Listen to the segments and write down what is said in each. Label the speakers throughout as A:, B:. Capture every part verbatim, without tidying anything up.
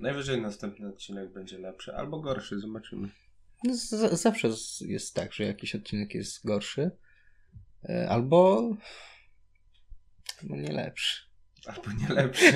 A: Najwyżej następny odcinek będzie lepszy albo gorszy, zobaczymy.
B: No, z- zawsze jest tak, że jakiś odcinek jest gorszy albo no nie lepszy.
A: Albo nie lepszy.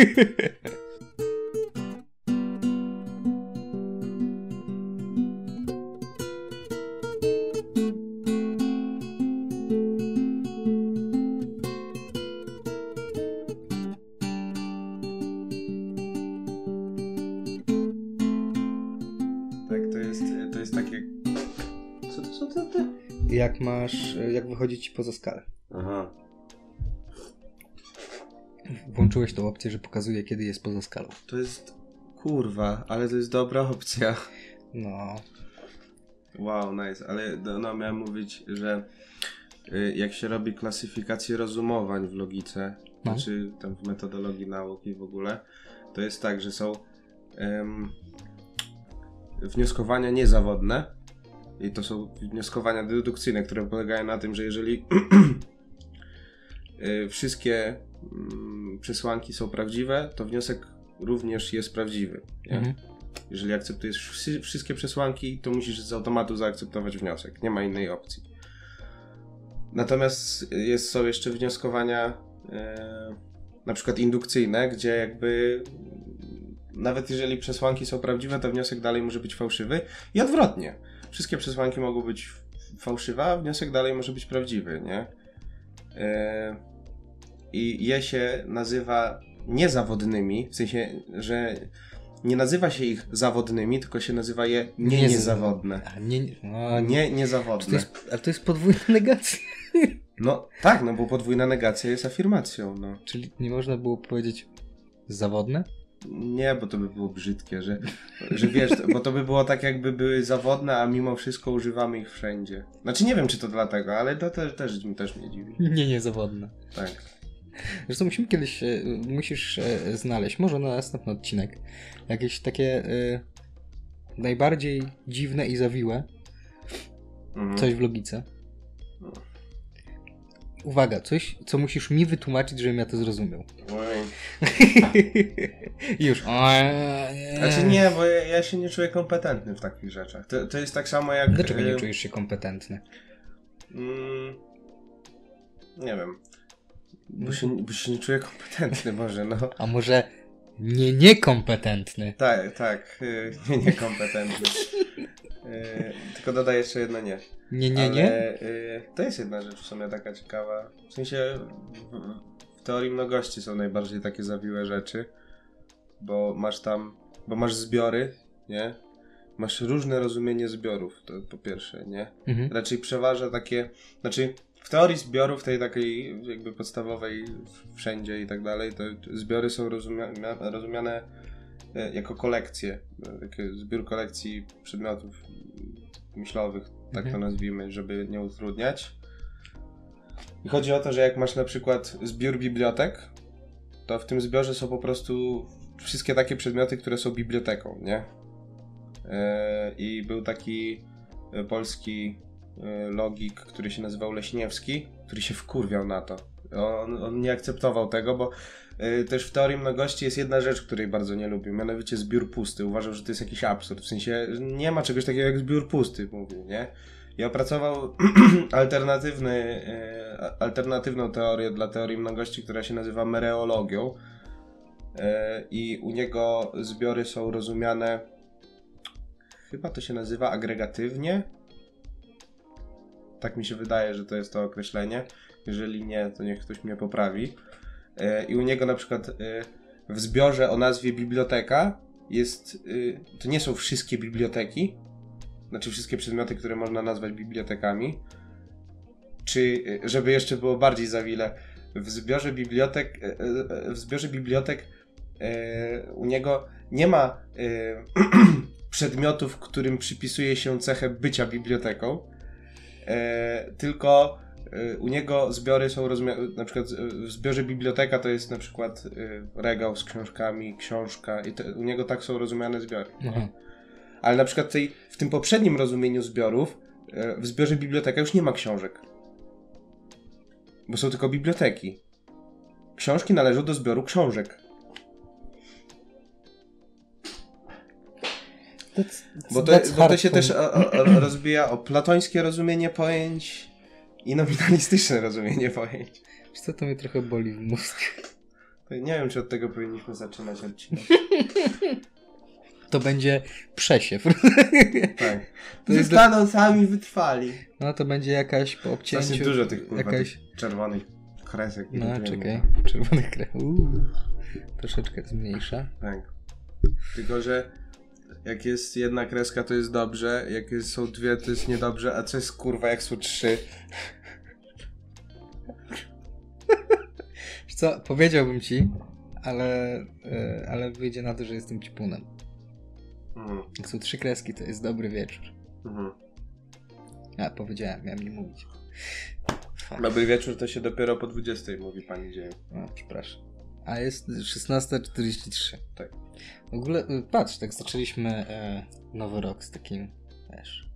A: Tak, to jest, to jest takie... Co to, co to, to?
B: Jak masz, jak wychodzi ci poza skalę.
A: Aha.
B: Włączyłeś tą opcję, że pokazuje, kiedy jest poza skalą.
A: To jest... Kurwa, ale to jest dobra opcja.
B: No.
A: Wow, nice, ale no, miałem mówić, że y, jak się robi klasyfikację rozumowań w logice,
B: no.
A: znaczy tam w metodologii nauki w ogóle, to jest tak, że są ym, wnioskowania niezawodne i to są wnioskowania dedukcyjne, które polegają na tym, że jeżeli y, wszystkie y, przesłanki są prawdziwe, to wniosek również jest prawdziwy. Nie? Mhm. Jeżeli akceptujesz wszy- wszystkie przesłanki, to musisz z automatu zaakceptować wniosek. Nie ma innej opcji. Natomiast jest, są jeszcze wnioskowania e, na przykład indukcyjne, gdzie jakby nawet jeżeli przesłanki są prawdziwe, to wniosek dalej może być fałszywy i odwrotnie. Wszystkie przesłanki mogą być fałszywe, a wniosek dalej może być prawdziwy, nie? E, I je się nazywa niezawodnymi, w sensie, że nie nazywa się ich zawodnymi, tylko się nazywa je nie
B: nie
A: niezawodne.
B: A nie, no,
A: nie niezawodne.
B: To jest, ale to jest podwójna negacja.
A: No tak, no bo podwójna negacja jest afirmacją. No.
B: Czyli nie można było powiedzieć zawodne?
A: Nie, bo to by było brzydkie, że, że wiesz, bo to by było tak, jakby były zawodne, a mimo wszystko używamy ich wszędzie. Znaczy nie wiem, czy to dlatego, ale to też, też, też mnie dziwi.
B: Nie niezawodne.
A: Tak.
B: Zresztą musimy kiedyś, e, musisz e, znaleźć, może na następny odcinek, jakieś takie e, najbardziej dziwne i zawiłe mhm. coś w logice. No. Uwaga, coś, co musisz mi wytłumaczyć, żebym ja to zrozumiał. Już.
A: Znaczy nie, bo ja, ja się nie czuję kompetentny w takich rzeczach. To, to jest tak samo jak...
B: Dlaczego nie czujesz się kompetentny?
A: Mm, nie wiem. Bo się, bo się nie czuję kompetentny może, no.
B: A może nie niekompetentny?
A: Tak, tak. Nie niekompetentny. Yy, tylko dodaję jeszcze jedno nie.
B: Nie, nie,
A: Ale,
B: nie?
A: Yy, to jest jedna rzecz w sumie taka ciekawa. W sensie w, w teorii mnogości są najbardziej takie zawiłe rzeczy. Bo masz tam, bo masz zbiory, nie? Masz różne rozumienie zbiorów, to po pierwsze, nie? Mhm. Raczej przeważa takie, znaczy w teorii zbiorów, tej takiej jakby podstawowej wszędzie i tak dalej, to zbiory są rozumia- rozumiane jako kolekcje. Taki zbiór kolekcji przedmiotów myślowych, tak mhm. to nazwijmy, żeby nie utrudniać. I chodzi o to, że jak masz na przykład zbiór bibliotek, to w tym zbiorze są po prostu wszystkie takie przedmioty, które są biblioteką, nie? I był taki polski logik, który się nazywał Leśniewski, który się wkurwiał na to. On, on nie akceptował tego, bo y, też w teorii mnogości jest jedna rzecz, której bardzo nie lubił, mianowicie zbiór pusty. Uważał, że to jest jakiś absurd, w sensie nie ma czegoś takiego jak zbiór pusty, mówił, nie? I opracował alternatywny, y, alternatywną teorię dla teorii mnogości, która się nazywa mereologią. Y, I u niego zbiory są rozumiane, chyba to się nazywa agregatywnie. Tak mi się wydaje, że to jest to określenie. Jeżeli nie, to niech ktoś mnie poprawi. I u niego na przykład w zbiorze o nazwie biblioteka jest, to nie są wszystkie biblioteki, znaczy wszystkie przedmioty, które można nazwać bibliotekami. Czy, żeby jeszcze było bardziej zawile, w zbiorze bibliotek, w zbiorze bibliotek u niego nie ma przedmiotów, którym przypisuje się cechę bycia biblioteką, tylko u niego zbiory są rozumiane, na przykład w zbiorze biblioteka to jest na przykład regał z książkami, książka i te, u niego tak są rozumiane zbiory. Aha. Ale na przykład tej, w tym poprzednim rozumieniu zbiorów w zbiorze biblioteka już nie ma książek. Bo są tylko biblioteki. Książki należą do zbioru książek.
B: that's,
A: bo, to, bo to się też o, o, rozbija o platońskie rozumienie pojęć i nominalistyczne rozumienie pojęć.
B: Wiesz co, to mnie trochę boli w mózg.
A: To nie wiem, czy od tego powinniśmy zaczynać odcinek.
B: To będzie przesiew.
A: Tak. To zostaną do... sami wytrwali.
B: No to będzie jakaś po obcięciu...
A: Właśnie dużo tych, kurwa,
B: jakaś...
A: tych czerwonych kresek.
B: No, czekaj. Czerwonych kresek. Troszeczkę zmniejsza.
A: Tak. Tylko, że jak jest jedna kreska, to jest dobrze. Jak jest, są dwie, to jest niedobrze. A co jest, kurwa, jak są trzy?
B: Co? Powiedziałbym ci, ale, yy, ale wyjdzie na to, że jestem cipunem. Mhm. Jak są trzy kreski, to jest dobry wieczór. Mhm. A, powiedziałem, miałem nie mówić.
A: Fuck. Dobry wieczór to się dopiero po dwudziestej mówi, pani dzieje.
B: No, przepraszam. A jest szesnasta czterdzieści trzy.
A: Tak.
B: W ogóle, patrz, tak zaczęliśmy e, nowy rok z takim, wiesz,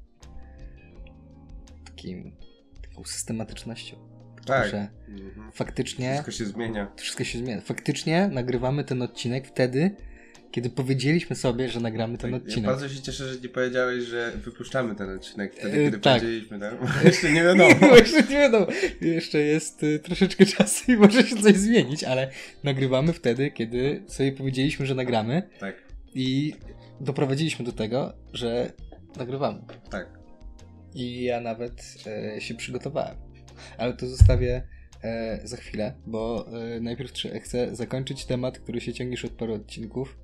B: takim, taką systematycznością.
A: Tak.
B: Że mhm. faktycznie...
A: Wszystko się zmienia.
B: Wszystko się zmienia. Faktycznie nagrywamy ten odcinek wtedy, kiedy powiedzieliśmy sobie, że nagramy ten
A: tak,
B: odcinek.
A: Ja bardzo się cieszę, że nie powiedziałeś, że wypuszczamy ten odcinek wtedy, kiedy
B: e, tak.
A: powiedzieliśmy, tak? Jeszcze nie wiadomo.
B: Jeszcze nie wiadomo. Jeszcze jest y, troszeczkę czasu i może się coś zmienić, ale nagrywamy wtedy, kiedy sobie powiedzieliśmy, że nagramy.
A: Tak.
B: I doprowadziliśmy do tego, że nagrywamy.
A: Tak.
B: I ja nawet e, się przygotowałem. Ale to zostawię e, za chwilę, bo e, najpierw chcę zakończyć temat, który się ciągniesz od paru odcinków.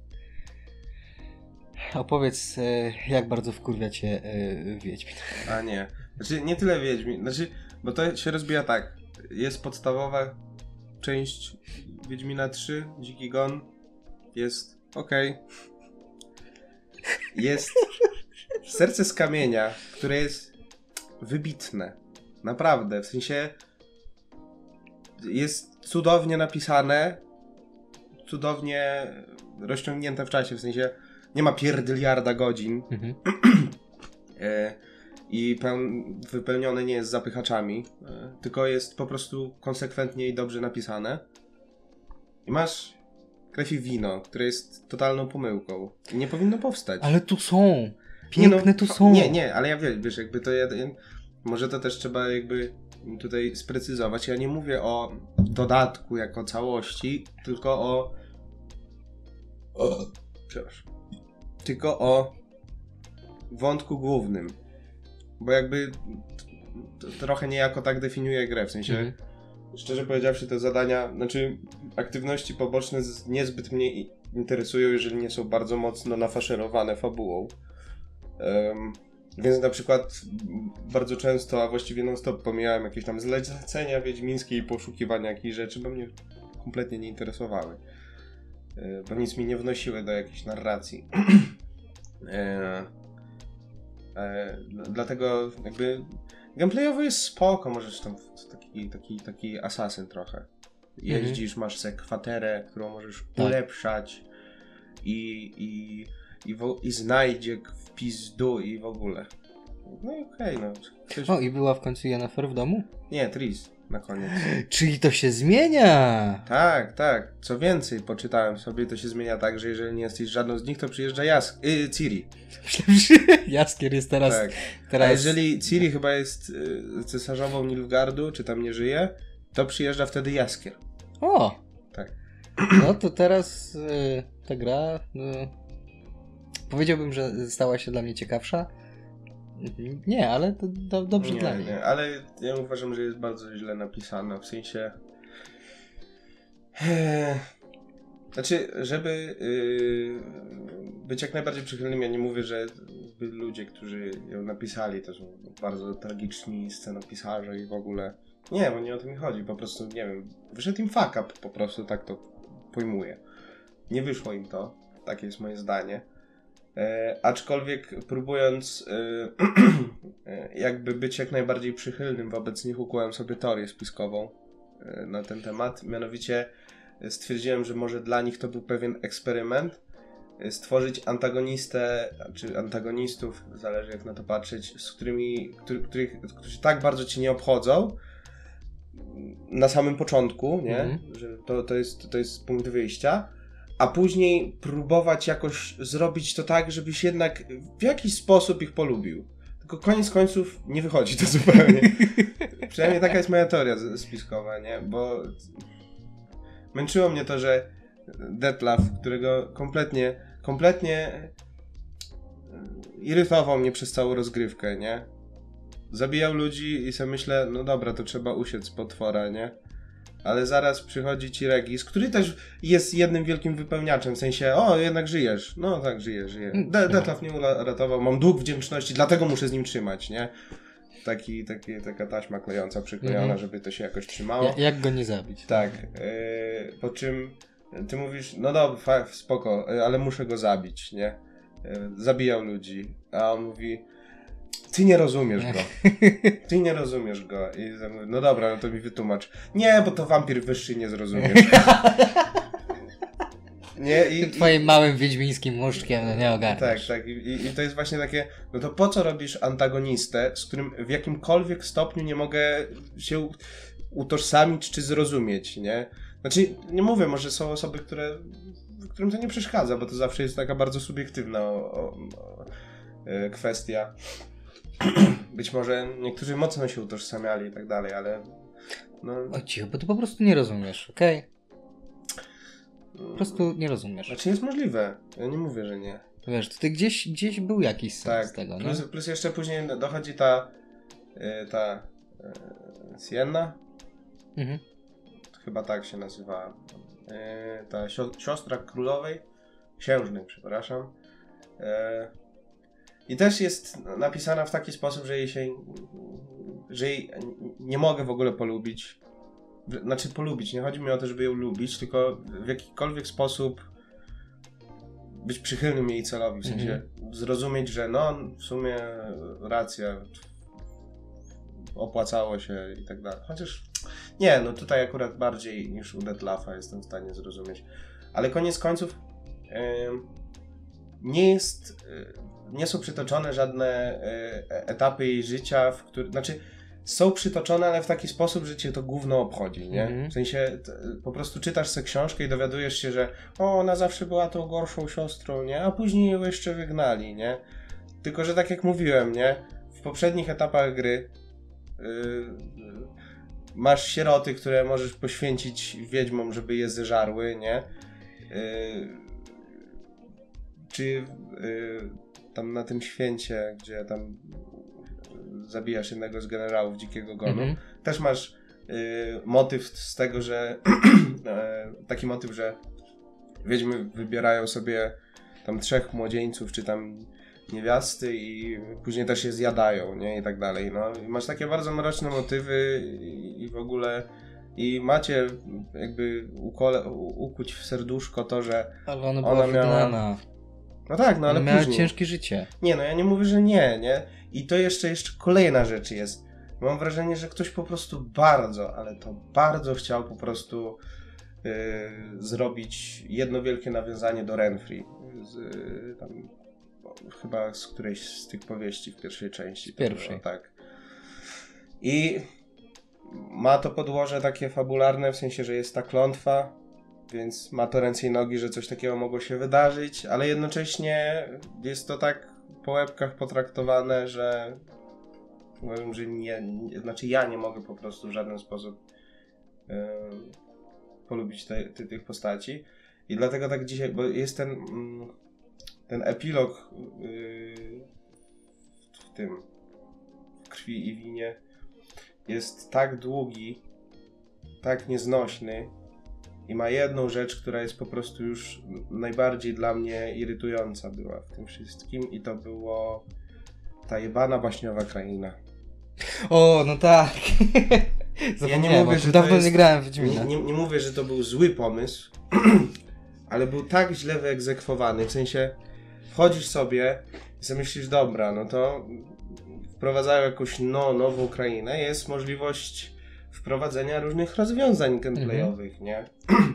B: Opowiedz, e, jak bardzo wkurwia cię e, Wiedźmin.
A: A nie. Znaczy, nie tyle Wiedźmin. Znaczy, bo to się rozbija tak. Jest podstawowa część Wiedźmina trzy, Dziki Gon. Jest okej. Okay. Jest Serce z kamienia, które jest wybitne. Naprawdę. W sensie jest cudownie napisane, cudownie rozciągnięte w czasie. W sensie nie ma pierdyliarda godzin. Mhm. e, I peł- wypełnione nie jest zapychaczami, e, tylko jest po prostu konsekwentnie i dobrze napisane. I masz Krew i wino, które jest totalną pomyłką. I nie powinno powstać.
B: Ale tu są. Piękne nie, no, tu są.
A: Nie, nie, ale ja wiem, wiesz, jakby to ja, może to też trzeba jakby tutaj sprecyzować. Ja nie mówię o dodatku jako całości, tylko o... o przepraszam. Tylko o wątku głównym. Bo jakby t- trochę niejako tak definiuje grę, w sensie mhm. szczerze powiedziawszy te zadania, znaczy aktywności poboczne niezbyt mnie interesują, jeżeli nie są bardzo mocno nafaszerowane fabułą. Um, więc na przykład bardzo często, a właściwie non-stop pomijałem jakieś tam zlecenia wiedźmińskie i poszukiwania jakichś rzeczy, bo mnie kompletnie nie interesowały. Bo nic mi nie wnosiły do jakiejś narracji. e, e, dlatego jakby gameplayowo jest spoko, możesz tam taki, taki, taki asasyn trochę. Jeździsz, mm-hmm. masz sobie kwaterę, którą możesz tak. ulepszać i, i, i, wo, i znajdzie w pizdu i w ogóle. No i okej, okay, no. Coś...
B: O, i była w końcu Yennefer w domu?
A: Nie, Tris na koniec.
B: Czyli to się zmienia!
A: Tak, tak. Co więcej, poczytałem sobie, to się zmienia tak, że jeżeli nie jesteś żadną z nich, to przyjeżdża Jas... Yy, Ciri.
B: Myślałem, że Jaskier jest teraz...
A: Tak.
B: teraz...
A: A jeżeli Ciri chyba jest y, cesarzową Nilfgaardu, czy tam nie żyje, to przyjeżdża wtedy Jaskier.
B: O!
A: Tak.
B: No to teraz y, ta gra... Y, powiedziałbym, że stała się dla mnie ciekawsza. Nie, ale to do, dobrze
A: nie,
B: dla mnie.
A: Nie, ale ja uważam, że jest bardzo źle napisana, w sensie... Znaczy, żeby yy, być jak najbardziej przychylnym, ja nie mówię, że ludzie, którzy ją napisali, to są bardzo tragiczni scenopisarze i w ogóle... Nie, bo nie o to mi chodzi, po prostu, nie wiem, wyszedł im fuck up, po prostu tak to pojmuję. Nie wyszło im to, takie jest moje zdanie. E, aczkolwiek próbując e, jakby być jak najbardziej przychylnym wobec nich, ukułem sobie teorię spiskową e, na ten temat. Mianowicie stwierdziłem, że może dla nich to był pewien eksperyment, e, stworzyć antagonistę, czy antagonistów, zależy jak na to patrzeć, z którymi, który, których, którzy tak bardzo cię nie obchodzą na samym początku, nie? Mm. Że to, to, jest, to jest punkt wyjścia. a później próbować jakoś zrobić to tak, żebyś jednak w jakiś sposób ich polubił. Tylko koniec końców nie wychodzi to zupełnie. Przynajmniej taka jest moja teoria spiskowa, nie? Bo męczyło mnie to, że Detlef, którego kompletnie, kompletnie irytował mnie przez całą rozgrywkę, nie? Zabijał ludzi i sobie myślę, no dobra, to trzeba usiec potwora, nie? Ale zaraz przychodzi ci Regis, który też jest jednym wielkim wypełniaczem, w sensie, o, jednak żyjesz. No tak, żyję, żyję. De- Detlef mnie uratował, mam dług wdzięczności, dlatego muszę z nim trzymać, nie? Taki, taki, taka taśma klejąca, przyklejona, mm-hmm. żeby to się jakoś trzymało.
B: Ja, jak go nie zabić?
A: Tak. Yy, po czym ty mówisz, no dobra, spoko, ale muszę go zabić, nie? Yy, zabijał ludzi, a on mówi, ty nie rozumiesz go. Ty nie rozumiesz go. I mówię, no dobra, no to mi wytłumacz. Nie, bo to wampir wyższy, nie zrozumiesz. Nie, i,
B: twoim
A: i,
B: małym wiedźmińskim muszczkiem no nie ogarniasz.
A: Tak, tak. I, I to jest właśnie takie, no to po co robisz antagonistę, z którym w jakimkolwiek stopniu nie mogę się utożsamić czy zrozumieć, nie? Znaczy, nie mówię, może są osoby, które, którym to nie przeszkadza, bo to zawsze jest taka bardzo subiektywna o, o, o, kwestia. Być może niektórzy mocno się utożsamiali i tak dalej, ale no...
B: O cicho, bo ty po prostu nie rozumiesz, okej? Okay? Po prostu nie rozumiesz.
A: Znaczy jest możliwe, ja nie mówię, że nie.
B: Wiesz, to ty gdzieś, gdzieś był jakiś sens
A: tak,
B: z tego,
A: plus,
B: nie?
A: plus jeszcze później dochodzi ta ta Sienna?
B: Mhm.
A: Chyba tak się nazywała. Ta siostra królowej, księżnej, przepraszam. I też jest napisana w taki sposób, że jej się że jej nie mogę w ogóle polubić. Znaczy polubić, nie chodzi mi o to, żeby ją lubić, tylko w jakikolwiek sposób być przychylnym jej celowi, w sensie mm-hmm. zrozumieć, że no w sumie racja, opłacało się i tak dalej. Chociaż nie, no tutaj akurat bardziej niż u Detlafa jestem w stanie zrozumieć. Ale koniec końców yy, nie jest, yy, nie są przytoczone żadne yy, etapy jej życia, w których, znaczy są przytoczone, ale w taki sposób, że cię to gówno obchodzi, nie? Mm-hmm. W sensie t, po prostu czytasz sobie książkę i dowiadujesz się, że o, ona zawsze była tą gorszą siostrą, nie? A później ją jeszcze wygnali, nie? Tylko, że tak jak mówiłem, nie? W poprzednich etapach gry yy, masz sieroty, które możesz poświęcić wiedźmom, żeby je zeżarły, nie? Yy, czy yy, tam na tym święcie, gdzie tam zabijasz jednego z generałów Dzikiego Gonu, mm-hmm. też masz yy, motyw z tego, że yy, taki motyw, że wiedźmy wybierają sobie tam trzech młodzieńców, czy tam niewiasty i później też je zjadają, nie? I tak dalej, no. I masz takie bardzo mroczne motywy i, i w ogóle i macie jakby ukole, ukuć w serduszko to, że
B: ale ona była wygnana.
A: No tak, no ale
B: ona miała
A: później.
B: ciężkie życie.
A: Nie, no ja nie mówię, że nie, nie? I to jeszcze, jeszcze kolejna rzecz jest. Mam wrażenie, że ktoś po prostu bardzo, ale to bardzo chciał po prostu yy, zrobić jedno wielkie nawiązanie do Renfri. Z, yy, tam, no, chyba z którejś z tych powieści w pierwszej części.
B: Z pierwszej.
A: Było, tak. I ma to podłoże takie fabularne, w sensie, że jest ta klątwa, więc ma to ręce i nogi, że coś takiego mogło się wydarzyć, ale jednocześnie jest to tak po łebkach potraktowane, że uważam, że nie, nie, znaczy ja nie mogę po prostu w żaden sposób yy, polubić te, te, tych postaci i dlatego tak dzisiaj, bo jest ten mm, ten epilog yy, w tym w Krwi i winie jest tak długi, tak nieznośny i ma jedną rzecz, która jest po prostu już najbardziej dla mnie irytująca była w tym wszystkim i to było ta jebana baśniowa kraina.
B: O, no tak.
A: Ja nie mówię, że
B: dawno
A: jest,
B: nie grałem w Wiedźmina.
A: Nie, nie, nie mówię, że to był zły pomysł, ale był tak źle wyegzekwowany, w sensie wchodzisz sobie i sobie myślisz, dobra, no to wprowadzają jakąś no, nową krainę, jest możliwość wprowadzenia różnych rozwiązań gameplayowych, mm-hmm. nie?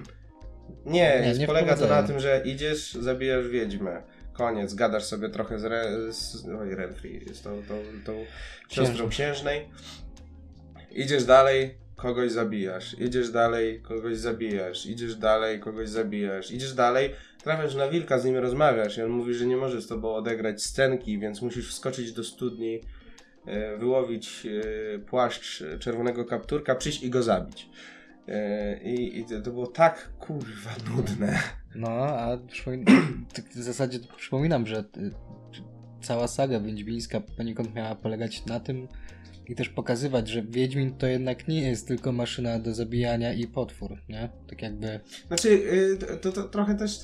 A: nie, nie, nie polega to na tym, że idziesz, zabijasz wiedźmę. Koniec, gadasz sobie trochę z, Re, z oj, Renfri, z tą, tą, tą siostrą księżnej. Idziesz dalej, kogoś zabijasz, idziesz dalej, kogoś zabijasz, idziesz dalej, kogoś zabijasz, idziesz dalej, trafiasz na wilka, z nim rozmawiasz i on mówi, że nie może z tobą odegrać scenki, więc musisz wskoczyć do studni, wyłowić płaszcz czerwonego kapturka, przyjść i go zabić. I, i to było tak kurwa nudne.
B: No, a przypomin- w zasadzie przypominam, że cała saga wiedźmińska poniekąd miała polegać na tym i też pokazywać, że Wiedźmin to jednak nie jest tylko maszyna do zabijania i potwór, nie? Tak jakby...
A: Znaczy, to, to trochę też...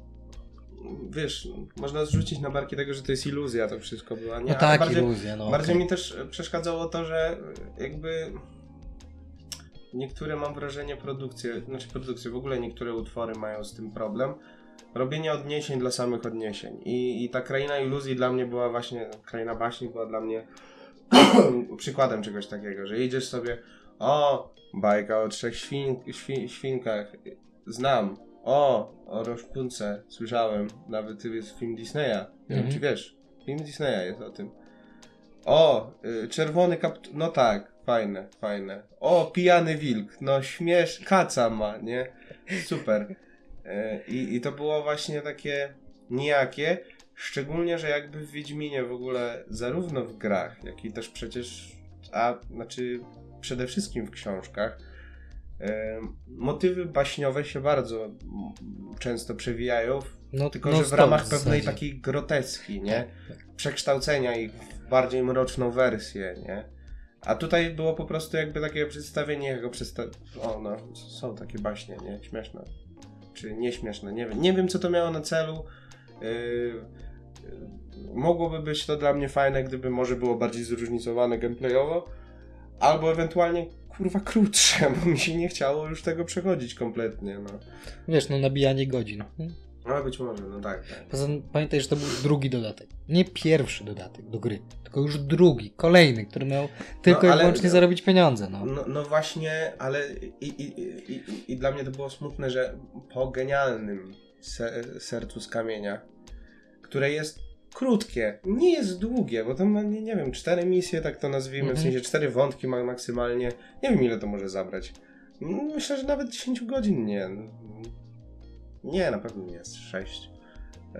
A: Wiesz, można zrzucić na barki tego, że to jest iluzja, to wszystko była. Nie?
B: No tak,
A: bardziej,
B: iluzja, no
A: Bardziej
B: okay.
A: mi też przeszkadzało to, że jakby niektóre, mam wrażenie, produkcje, znaczy produkcje, w ogóle niektóre utwory mają z tym problem. Robienie odniesień dla samych odniesień. I, i ta Kraina Iluzji dla mnie była właśnie, Kraina Baśni była dla mnie przykładem czegoś takiego, że idziesz sobie, o, bajka o trzech świn, świn, świnkach, znam. O, o Roszpunce, słyszałem, nawet jest film Disneya, nie mm-hmm. wiem czy wiesz, film Disneya jest o tym. O, y, czerwony kaptur, no tak, fajne, fajne. O, pijany wilk, no śmiesz, kaca ma, nie? Super. Y, i, I to było właśnie takie nijakie, szczególnie, że jakby w Wiedźminie w ogóle, zarówno w grach, jak i też przecież, a znaczy przede wszystkim w książkach, motywy baśniowe się bardzo często przewijają, no, tylko no że w ramach pewnej w takiej groteski, nie? Przekształcenia ich w bardziej mroczną wersję, nie? A tutaj było po prostu jakby takie przedstawienie, jego przedsta- o no, są takie baśnie, nie? Śmieszne. Czy nieśmieszne, nie wiem. Nie wiem, co to miało na celu. Yy, yy, mogłoby być to dla mnie fajne, gdyby może było bardziej zróżnicowane gameplayowo, albo ewentualnie kurwa krótsze, bo mi się nie chciało już tego przechodzić kompletnie, no.
B: Wiesz, no nabijanie godzin.
A: No być może, no tak, tak.
B: Poza tym pamiętaj, że to był drugi dodatek. Nie pierwszy dodatek do gry, tylko już drugi, kolejny, który miał tylko no, ale, i wyłącznie zarobić pieniądze, no.
A: No, no właśnie, ale i, i, i, i dla mnie to było smutne, że po genialnym se- Sercu z Kamienia, które jest krótkie, nie jest długie, bo to ma, nie, nie wiem, cztery misje, tak to nazwijmy, mm-hmm. w sensie cztery wątki ma maksymalnie. Nie wiem, ile to może zabrać. Myślę, że nawet dziesięć godzin nie. Nie, na pewno nie jest sześć. Yy,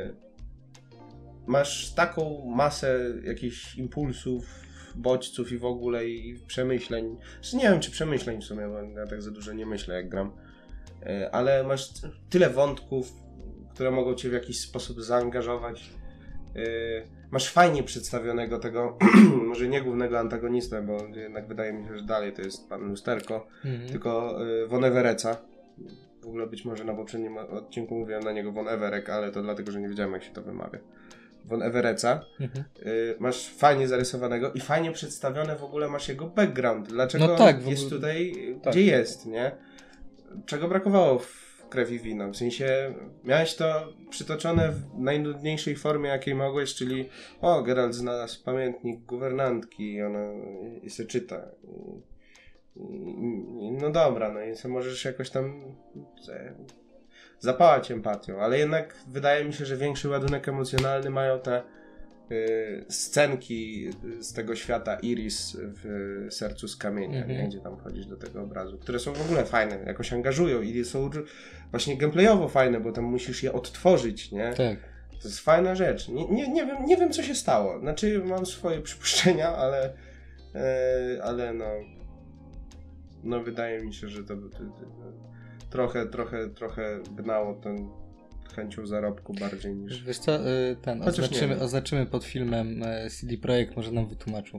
A: masz taką masę jakichś impulsów, bodźców i w ogóle i przemyśleń. Znaczy, nie wiem, czy przemyśleń w sumie, bo ja tak za dużo nie myślę, jak gram. Yy, ale masz tyle wątków, które mogą cię w jakiś sposób zaangażować. Yy, masz fajnie przedstawionego tego, może nie głównego antagonistę, bo jednak wydaje mi się, że dalej to jest pan Lusterko, mm-hmm. tylko yy, Von Evereca. W ogóle być może na poprzednim odcinku mówiłem na niego Von Everek, ale to dlatego, że nie wiedziałem, jak się to wymawia. Von Evereca. Mm-hmm. Yy, masz fajnie zarysowanego i fajnie przedstawione w ogóle masz jego background. Dlaczego no tak, jest ogóle... tutaj, tak. Gdzie jest, nie? Czego brakowało w Krew i Wino. W sensie miałeś to przytoczone w najnudniejszej formie, jakiej mogłeś, czyli o, Geralt znalazł pamiętnik guwernantki i ona i se czyta. I, i, no dobra, no i se możesz jakoś tam se, zapałać empatią, ale jednak wydaje mi się, że większy ładunek emocjonalny mają te y, scenki z tego świata Iris w Sercu z Kamienia, mm-hmm. nie? Gdzie tam wchodzisz do tego obrazu, które są w ogóle fajne, jakoś angażują i są właśnie gameplayowo fajne, bo tam musisz je odtworzyć, nie?
B: Tak.
A: To jest fajna rzecz. Nie, nie, nie, wiem, nie wiem, co się stało. Znaczy, mam swoje przypuszczenia, ale yy, ale no no wydaje mi się, że to, to, to, to trochę, trochę, trochę gnało ten chęcią zarobku bardziej niż...
B: Wiesz co, ten, oznaczymy, oznaczymy pod filmem C D Projekt, może nam wytłumaczył.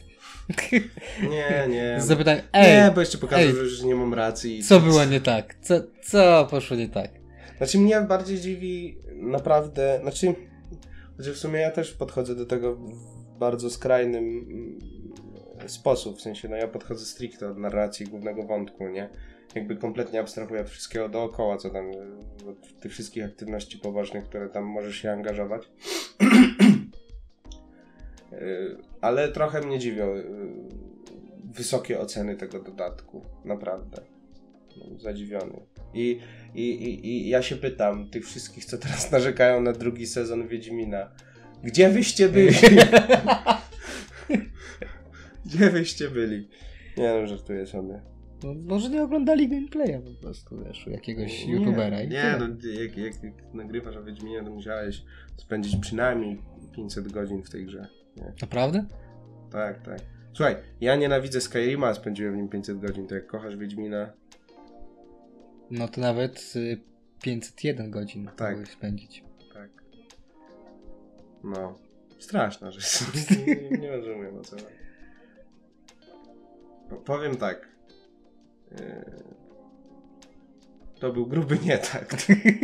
A: Nie, nie.
B: Zapytam, ej,
A: nie, bo jeszcze pokażę, ej, że już nie mam racji.
B: Co było nie tak? Co, co poszło nie tak?
A: Znaczy mnie bardziej dziwi naprawdę, znaczy, że w sumie ja też podchodzę do tego w bardzo skrajnym sposób, w sensie, no ja podchodzę stricte od narracji głównego wątku, nie? Jakby kompletnie abstrahuję od wszystkiego dookoła, co tam, od tych wszystkich aktywności pobocznych, które tam możesz się angażować. Ale trochę mnie dziwią wysokie oceny tego dodatku, naprawdę. Zadziwiony. I, i, i, i ja się pytam tych wszystkich, co teraz narzekają na drugi sezon Wiedźmina, gdzie wyście byli? Gdzie wyście byli? Nie no, żartuję sobie.
B: No, może nie oglądali gameplaya po prostu, wiesz, u jakiegoś nie, youtubera. I
A: nie, no, jak, jak, jak nagrywasz o Wiedźminie, to musiałeś spędzić przynajmniej pięćset godzin w tej grze. Nie?
B: Naprawdę?
A: Tak, tak. Słuchaj, ja nienawidzę Skyrima, a spędziłem w nim pięćset godzin, to jak kochasz Wiedźmina...
B: No to nawet y, pięćset jeden godzin
A: tak.
B: mogłeś spędzić.
A: Tak. No. Straszna rzecz. nie, nie rozumiem o co chodzi. Powiem tak. Yy... To był gruby nie tak.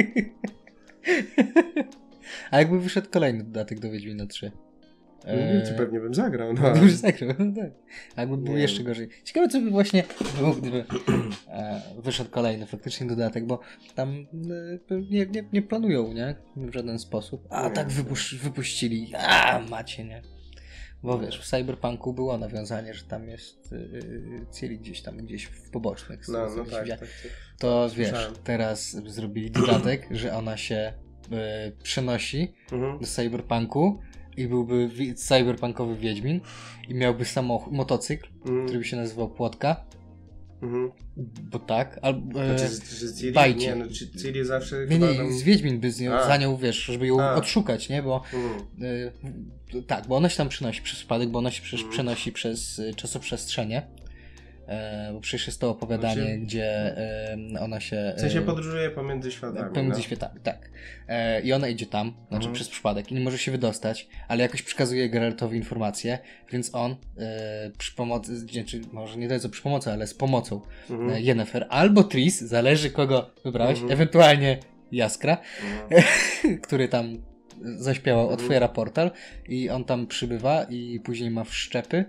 B: A jakby wyszedł kolejny dodatek do Wiedźmina trzy?
A: Eee... Co pewnie bym zagrał. No.
B: Już zagrał, no tak. A jakby był
A: nie
B: jeszcze gorzej. Ciekawe co by właśnie było, gdyby e, wyszedł kolejny faktycznie dodatek, bo tam e, nie, nie, nie planują, nie? W żaden sposób. A
A: nie,
B: tak wypusz- wypuścili. A macie, nie? Bo wiesz, w Cyberpunku było nawiązanie, że tam jest yy, Ciri gdzieś tam, gdzieś w pobocznych.
A: No, no tak, tak, tak.
B: To
A: Słyszałem.
B: wiesz, teraz zrobili dodatek, że ona się yy, przenosi
A: mhm.
B: do Cyberpunku i byłby wi- cyberpunkowy Wiedźmin i miałby samochód, motocykl,
A: mhm.
B: który by się nazywał Płotka.
A: Mhm.
B: Bo tak, albo e,
A: znaczy, że Ciri,
B: Bajcie.
A: Nie, no, Ciri zawsze
B: nie, nie,
A: tam...
B: z Wiedźmin by z nią, za nią, wiesz, żeby ją
A: A.
B: odszukać, nie, bo
A: Mhm.
B: y, tak, bo ona się tam przenosi przez przypadek, bo ona się przecież
A: Mhm.
B: przenosi przez y, czasoprzestrzenie, e, bo przecież jest to opowiadanie,
A: Znaczy,
B: gdzie y, ona się...
A: W sensie
B: y,
A: podróżuje pomiędzy światami.
B: Pomiędzy
A: no.
B: światami, tak. E, I ona idzie tam, znaczy
A: Mhm.
B: przez przypadek i nie może się wydostać, ale jakoś przekazuje Geraltowi informacje, więc on e, przy pomocy, znaczy może nie tyle co przy pomocy, ale z pomocą
A: Mhm.
B: e, Yennefer albo Tris, zależy kogo wybrałeś,
A: Mhm.
B: ewentualnie Jaskra,
A: Mhm.
B: który tam zaśpiewał,
A: Mhm.
B: otwiera portal i on tam przybywa i później ma wszczepy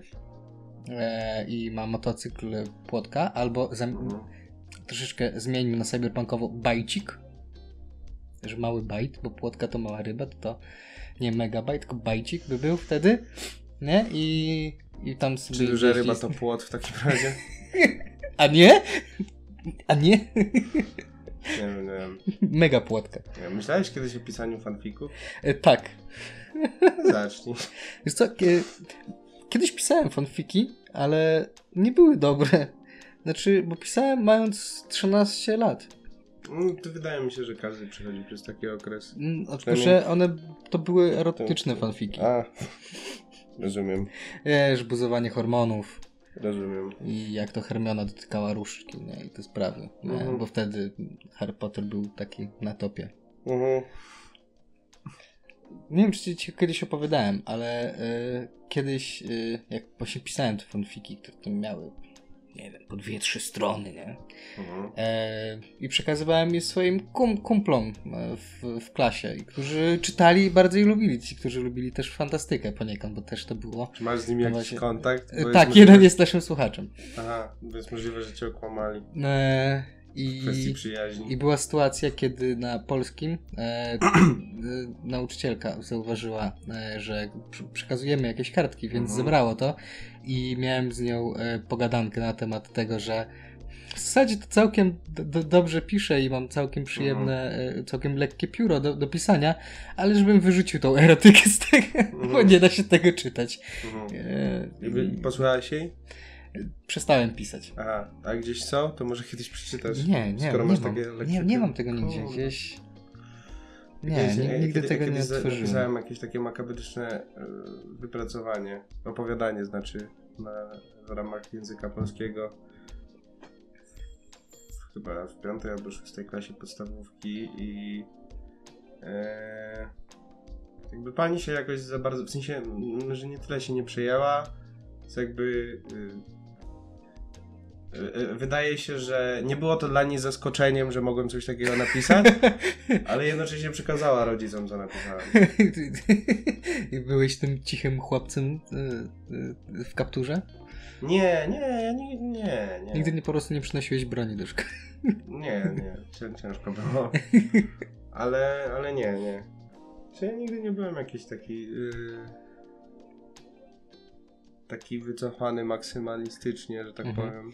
B: e, i ma motocykl Płotka, albo zam-
A: Mhm.
B: troszeczkę zmieńmy na cyberpunkowo bajcik, że mały bajt, bo Płotka to mała ryba, to, to nie megabajt, tylko bajcik by był wtedy, nie? I, i tam sobie...
A: Czy duża
B: jeździ-
A: ryba to płot w takim razie?
B: A nie? A nie?
A: Nie wiem, nie wiem.
B: Mega Płotka.
A: Nie, myślałeś kiedyś o pisaniu fanfików?
B: E, tak.
A: Zacznij.
B: Wiesz co, kie- kiedyś pisałem fanfiki, ale nie były dobre. Znaczy, bo pisałem mając trzynaście lat.
A: No, to wydaje mi się, że każdy przechodzi przez taki okres.
B: Mm, Tylko,
A: Przynajmniej-
B: że one to były erotyczne fanfiki.
A: A, rozumiem,
B: Wiesz, buzowanie hormonów
A: rozumiem.
B: i jak to Hermiona dotykała różdżki, nie? I te sprawy, nie?
A: Mhm.
B: Bo wtedy Harry Potter był taki na topie.
A: Mhm.
B: Nie wiem, czy ci kiedyś opowiadałem, ale y, kiedyś, y, jak właśnie pisałem te fanfiki, które tam miały, nie wiem, po dwie, trzy strony, nie?
A: Mhm.
B: E, I przekazywałem je swoim kum, kumplom e, w, w klasie, i którzy czytali i bardzo je lubili. Ci, którzy lubili też fantastykę poniekąd, bo też to było.
A: Czy masz z nim
B: No
A: jakiś
B: właśnie-
A: kontakt? Bo
B: E,
A: jest
B: tak,
A: możliwe-
B: jeden jest naszym słuchaczem.
A: Aha, bo jest możliwe, że cię okłamali
B: E,
A: w kwestii
B: i,
A: przyjaźni.
B: I była sytuacja, kiedy na polskim e, e, nauczycielka zauważyła, e, że pr- przekazujemy jakieś kartki, więc
A: Mhm.
B: zebrało to i miałem z nią e, pogadankę na temat tego, że w zasadzie to całkiem do, do, dobrze piszę i mam całkiem przyjemne, e, całkiem lekkie pióro do, do pisania, ale żebym wyrzucił tą erotykę z tego, bo
A: Mhm.
B: nie da się tego czytać.
A: Mhm.
B: E,
A: I wy posłuchałeś jej?
B: Przestałem pisać.
A: Aha, a gdzieś co? To może kiedyś przeczytasz.
B: Nie, nie,
A: Skoro
B: nie,
A: masz
B: mam.
A: takie lekkie
B: nie, nie mam tego nigdzie.
A: Kurde.
B: Gdzieś... Nie,
A: Kiedyś-
B: nie,
A: ja
B: nigdy
A: kiedy-
B: tego
A: ja
B: nie
A: kiedyś za-
B: otworzyłem.
A: Napisałem jakieś takie makabryczne e, wypracowanie, opowiadanie znaczy na, w ramach języka polskiego. Chyba w piątej albo szóstej klasie podstawówki i e, jakby pani się jakoś za bardzo, w sensie, m, że nie tyle się nie przejęła, co jakby y, y, y, wydaje się, że nie było to dla niej zaskoczeniem, że mogłem coś takiego napisać, ale jednocześnie przekazała rodzicom, co napisałem.
B: I byłeś tym cichym chłopcem y, y, w kapturze?
A: Nie, nie, ja nie, nie, nie.
B: Nigdy nie po prostu nie przynosiłeś broni do szkoły.
A: Nie, nie, cię- ciężko było. Ale, ale nie, nie. Czy ja nigdy nie byłem jakiś taki yy, taki wycofany maksymalistycznie, że tak
B: Mhm.
A: powiem.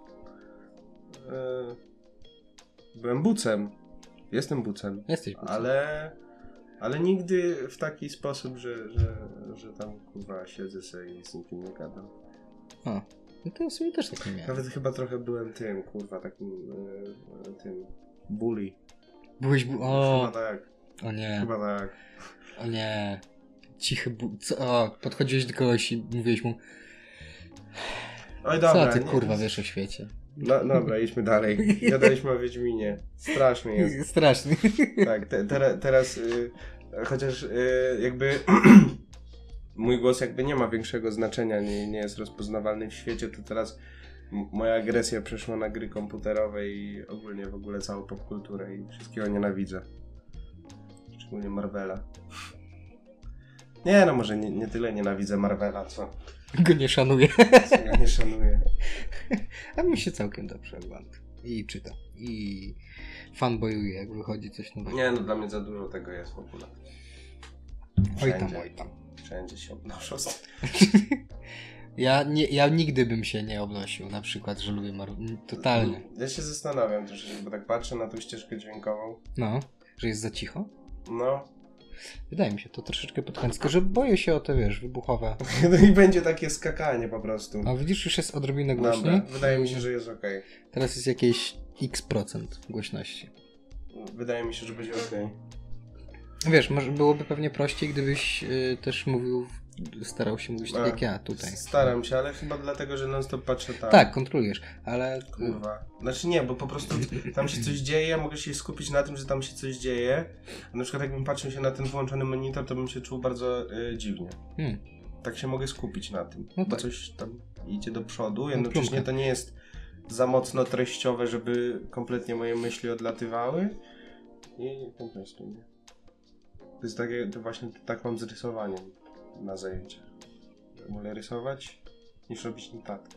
A: Yy, byłem bucem. Jestem bucem.
B: Jesteś bucem.
A: Ale, ale nigdy w taki sposób, że, że, że tam kurwa siedzę sobie i z nikim nie gadam.
B: A. No to ja sobie też tak nie miałem.
A: Nawet chyba trochę byłem tym, kurwa, takim e, tym bully.
B: Byłeś bu... O,
A: Chyba tak.
B: o nie,
A: Chyba tak.
B: o nie. Cichy bu... Co? O, podchodziłeś do kogoś i mówiłeś mu,
A: Oj, dobra.
B: co ty
A: nie?
B: kurwa wiesz o świecie?
A: No, dobra, idźmy dalej. Gadaliśmy o Wiedźminie. Straszny jest.
B: Straszny.
A: Tak, te, te, teraz y, chociaż y, jakby mój głos jakby nie ma większego znaczenia, nie, nie jest rozpoznawalny w świecie, to teraz m- moja agresja przeszła na gry komputerowe i ogólnie w ogóle całą popkulturę i wszystkiego nienawidzę. Szczególnie Marvela. Nie, no może nie, nie tyle nienawidzę Marvela, co
B: Go nie szanuję.
A: co ja nie szanuję.
B: A mi się całkiem dobrze ogląda. I czyta. I fanboyuje, jak wychodzi coś nowego.
A: Nie, no dla mnie za dużo tego jest w ogóle.
B: Oj tam,
A: Wszędzie.
B: oj tam.
A: Wszędzie się obnoszą.
B: Ja, nie, ja nigdy bym się nie obnosił, na przykład, że lubię Marvel. Totalnie.
A: Ja się zastanawiam troszeczkę, bo tak patrzę na tą ścieżkę dźwiękową.
B: No, że jest za cicho?
A: No.
B: Wydaje mi się to troszeczkę podkręckę, że boję się o te, wiesz, wybuchowe.
A: No i będzie takie skakanie po prostu.
B: A widzisz, już jest odrobinę głośniej.
A: Dobra, wydaje mi się, że jest okej.
B: Teraz jest jakieś x procent głośności.
A: Wydaje mi się, że będzie okej.
B: Wiesz, może byłoby pewnie prościej, gdybyś y, też mówił, starał się mówić tak
A: A,
B: jak ja tutaj.
A: Staram się, ale chyba dlatego, że non stop patrzę tam.
B: Tak, kontrolujesz, ale...
A: Kurwa. Znaczy nie, bo po prostu tam się coś dzieje, mogę się skupić na tym, że tam się coś dzieje. A na przykład jakbym patrzył się na ten włączony monitor, to bym się czuł bardzo y, dziwnie.
B: Hmm.
A: Tak się mogę skupić na tym,
B: No
A: bo
B: tak.
A: coś tam idzie do przodu,
B: No
A: jednocześnie
B: plumka.
A: to nie jest za mocno treściowe, żeby kompletnie moje myśli odlatywały. I po prostu nie. To jest takie, to właśnie tak mam z rysowaniem na zajęciach. Wolę rysować niż robić notatki.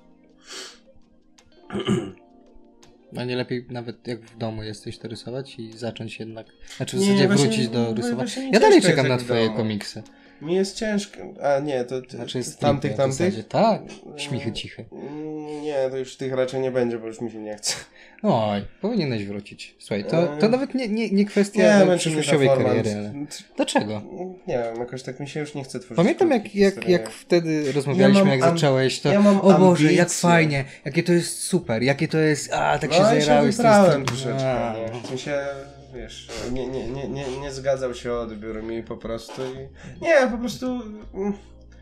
B: A nie lepiej nawet jak w domu jesteś to rysować i zacząć jednak, znaczy w
A: Nie,
B: zasadzie
A: właśnie-
B: wrócić do
A: właśnie
B: rysowania.
A: mi
B: Ja dalej
A: ciężko
B: czekam
A: jest
B: na
A: jak w
B: twoje
A: domu.
B: komiksy.
A: Mi jest ciężko. A nie, to, to
B: Znaczy jest
A: tamtych,
B: stricte w
A: tamtych?
B: zasadzie. Tak, śmichy cichy.
A: Mm, Nie, to już tych raczej nie będzie, bo już mi się nie chce.
B: Oj, powinieneś wrócić. Słuchaj, to, to
A: Eee.
B: nawet nie, nie, nie kwestia
A: Nie,
B: nie,
A: męczy mnie ta
B: przyszłościowej
A: forma.
B: kariery, ale... Dlaczego?
A: Nie wiem, jakoś tak mi się już nie chce tworzyć.
B: Pamiętam jak,
A: krótkich
B: jak,
A: historii.
B: jak wtedy rozmawialiśmy,
A: Ja mam
B: jak
A: am-
B: zacząłeś, to
A: ja mam
B: o Boże, jak
A: ambicje.
B: fajnie, jakie to jest super, jakie to jest, a tak się
A: No i się
B: zajerałeś z tym
A: wybrałem
B: strony.
A: troszeczkę,
B: A.
A: nie? W sensie, wiesz, nie, nie, nie, nie, nie zgadzał się odbiór mi po prostu i... Nie, po prostu... mm,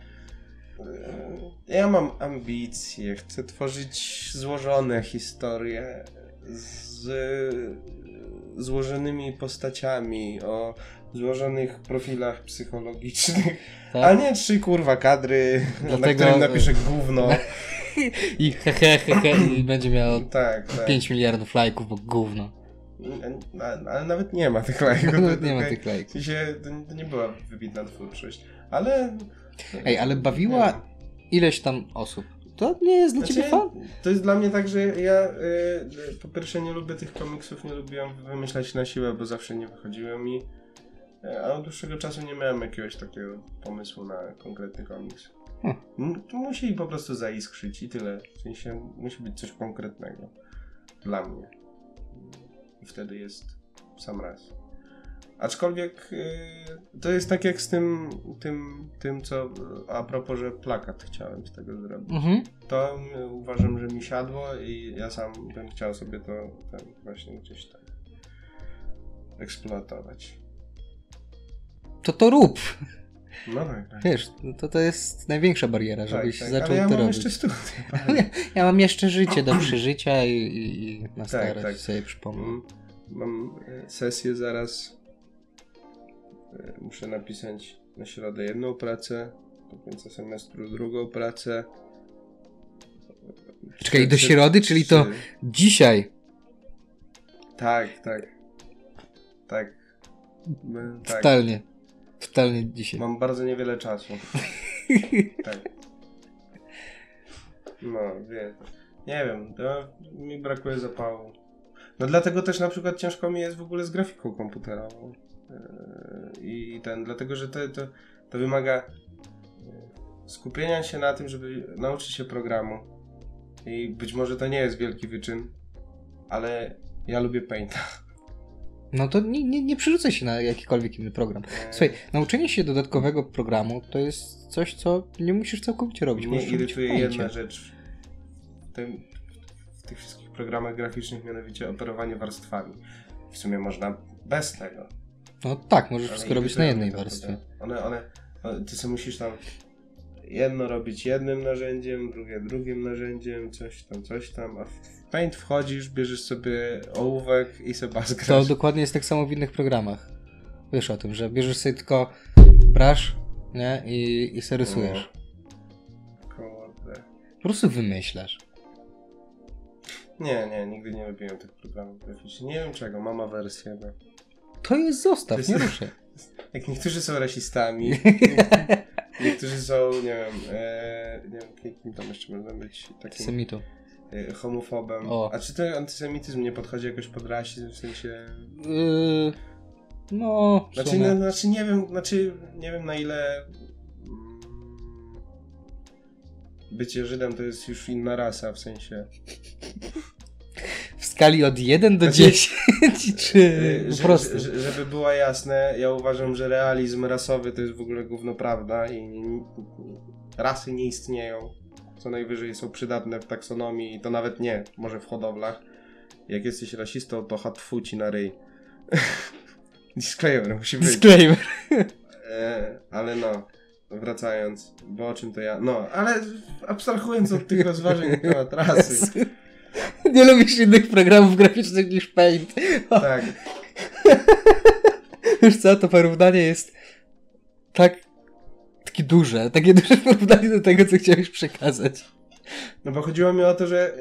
A: Ja mam ambicje, chcę tworzyć złożone historie z złożonymi postaciami, o złożonych profilach psychologicznych,
B: Tak?
A: a nie trzy kurwa kadry,
B: Dlatego-
A: na którym napiszę gówno.
B: I he, he, he, he, i będzie miał
A: Tak, tak.
B: pięć miliardów lajków, bo gówno.
A: A- Ale nawet nie ma tych lajków.
B: Nawet nie ma
A: Okej.
B: tych lajków.
A: W sensie, to, to nie była wybitna twórczość, ale...
B: Ej, ale bawiła
A: Nie.
B: ileś tam osób. To nie jest dla
A: Znaczy,
B: ciebie fan?
A: to jest dla mnie tak, że ja y, po pierwsze nie lubię tych komiksów, nie lubiłem wymyślać na siłę, bo zawsze nie wychodziły mi. Y, A od dłuższego czasu nie miałem jakiegoś takiego pomysłu na konkretny komiks.
B: Hmm.
A: M- to musi po prostu zaiskrzyć i tyle. W sensie musi być coś konkretnego dla mnie. I wtedy jest w sam raz. Aczkolwiek y, to jest tak jak z tym, tym, tym, co a propos, że plakat chciałem z tego zrobić.
B: Mhm.
A: To y, uważam, że mi siadło i ja sam bym chciał sobie to ten, właśnie gdzieś tam eksploatować.
B: To to rób.
A: No tak, tak.
B: Wiesz, no to to jest największa bariera, żebyś
A: tak,
B: zaczął
A: ale ja
B: to
A: mam
B: robić.
A: jeszcze studia.
B: Ja mam jeszcze życie do przeżycia i, i, i na starość
A: tak.
B: sobie przypomnę.
A: Mm, Mam y, sesję zaraz. Y, Muszę napisać na środę jedną pracę, do końca semestru drugą pracę.
B: Czekaj, do
A: Trzy-
B: środy, czyli to
A: trzy.
B: dzisiaj.
A: Tak, tak. Tak. Y, tak.
B: Totalnie. Totalnie dzisiaj.
A: Mam bardzo niewiele czasu. Tak. No, wiem. Nie wiem, to mi brakuje zapału. No dlatego też na przykład ciężko mi jest w ogóle z grafiką komputerową. Yy, I ten, dlatego, że to, to, to wymaga yy, skupienia się na tym, żeby nauczyć się programu. I być może to nie jest wielki wyczyn, ale ja lubię Painta.
B: No to nie, nie, nie przerzucaj się na jakikolwiek inny program. Słuchaj, nauczenie się dodatkowego programu to jest coś, co nie musisz całkowicie robić.
A: Mnie
B: Możesz robić w
A: irytuje
B: Paincie.
A: jedna rzecz w, tym, w tych wszystkich programach graficznych, mianowicie operowanie warstwami. W sumie można bez tego.
B: No tak, możesz
A: Ale
B: wszystko robić na jednej
A: indywidualnie
B: warstwie.
A: to One, one, one, ty sobie musisz tam jedno robić jednym narzędziem, drugie drugim narzędziem, coś tam, coś tam, a w Paint wchodzisz, bierzesz sobie ołówek i sobie bas grasz.
B: To dokładnie jest tak samo w innych programach. Wiesz o tym, że bierzesz sobie tylko brush, nie? I, i sobie rysujesz.
A: Kurde.
B: Po prostu wymyślasz.
A: Nie, nie, nigdy nie lubiłem tych programów graficznych. Nie wiem czego, mama wersja. No.
B: To jest zostaw,
A: To jest-
B: nie ruszaj.
A: Jak niektórzy są rasistami, niektórzy są, nie wiem, e, nie wiem, kim tam jeszcze można być, takim
B: Semitu.
A: e, homofobem.
B: O.
A: A czy ten antysemityzm nie podchodzi jakoś pod rasizm, w sensie...
B: Yy, no, w
A: Znaczy,
B: sumie.
A: no, znaczy nie wiem, znaczy nie wiem na ile mm, bycie Żydem to jest już inna rasa, w sensie...
B: W skali od jeden do
A: Znaczy,
B: dziesięć, czy
A: Yy,
B: po
A: że-
B: prostu?
A: że- Żeby było jasne, ja uważam, że realizm rasowy to jest w ogóle gówno prawda i nie- rasy nie istnieją. Co najwyżej są przydatne w taksonomii i to nawet nie, może w hodowlach. Jak jesteś rasistą, to hatfu ci na ryj. Disclaimer musi być.
B: Disclaimer.
A: E, ale no, wracając, bo o czym to ja... No, ale abstrahując od tych rozważań na temat rasy.
B: Nie lubisz innych programów graficznych niż Paint.
A: Tak.
B: Wiesz co, to porównanie jest tak takie duże, takie duże porównanie do tego, co chciałeś przekazać.
A: No bo chodziło mi o to, że,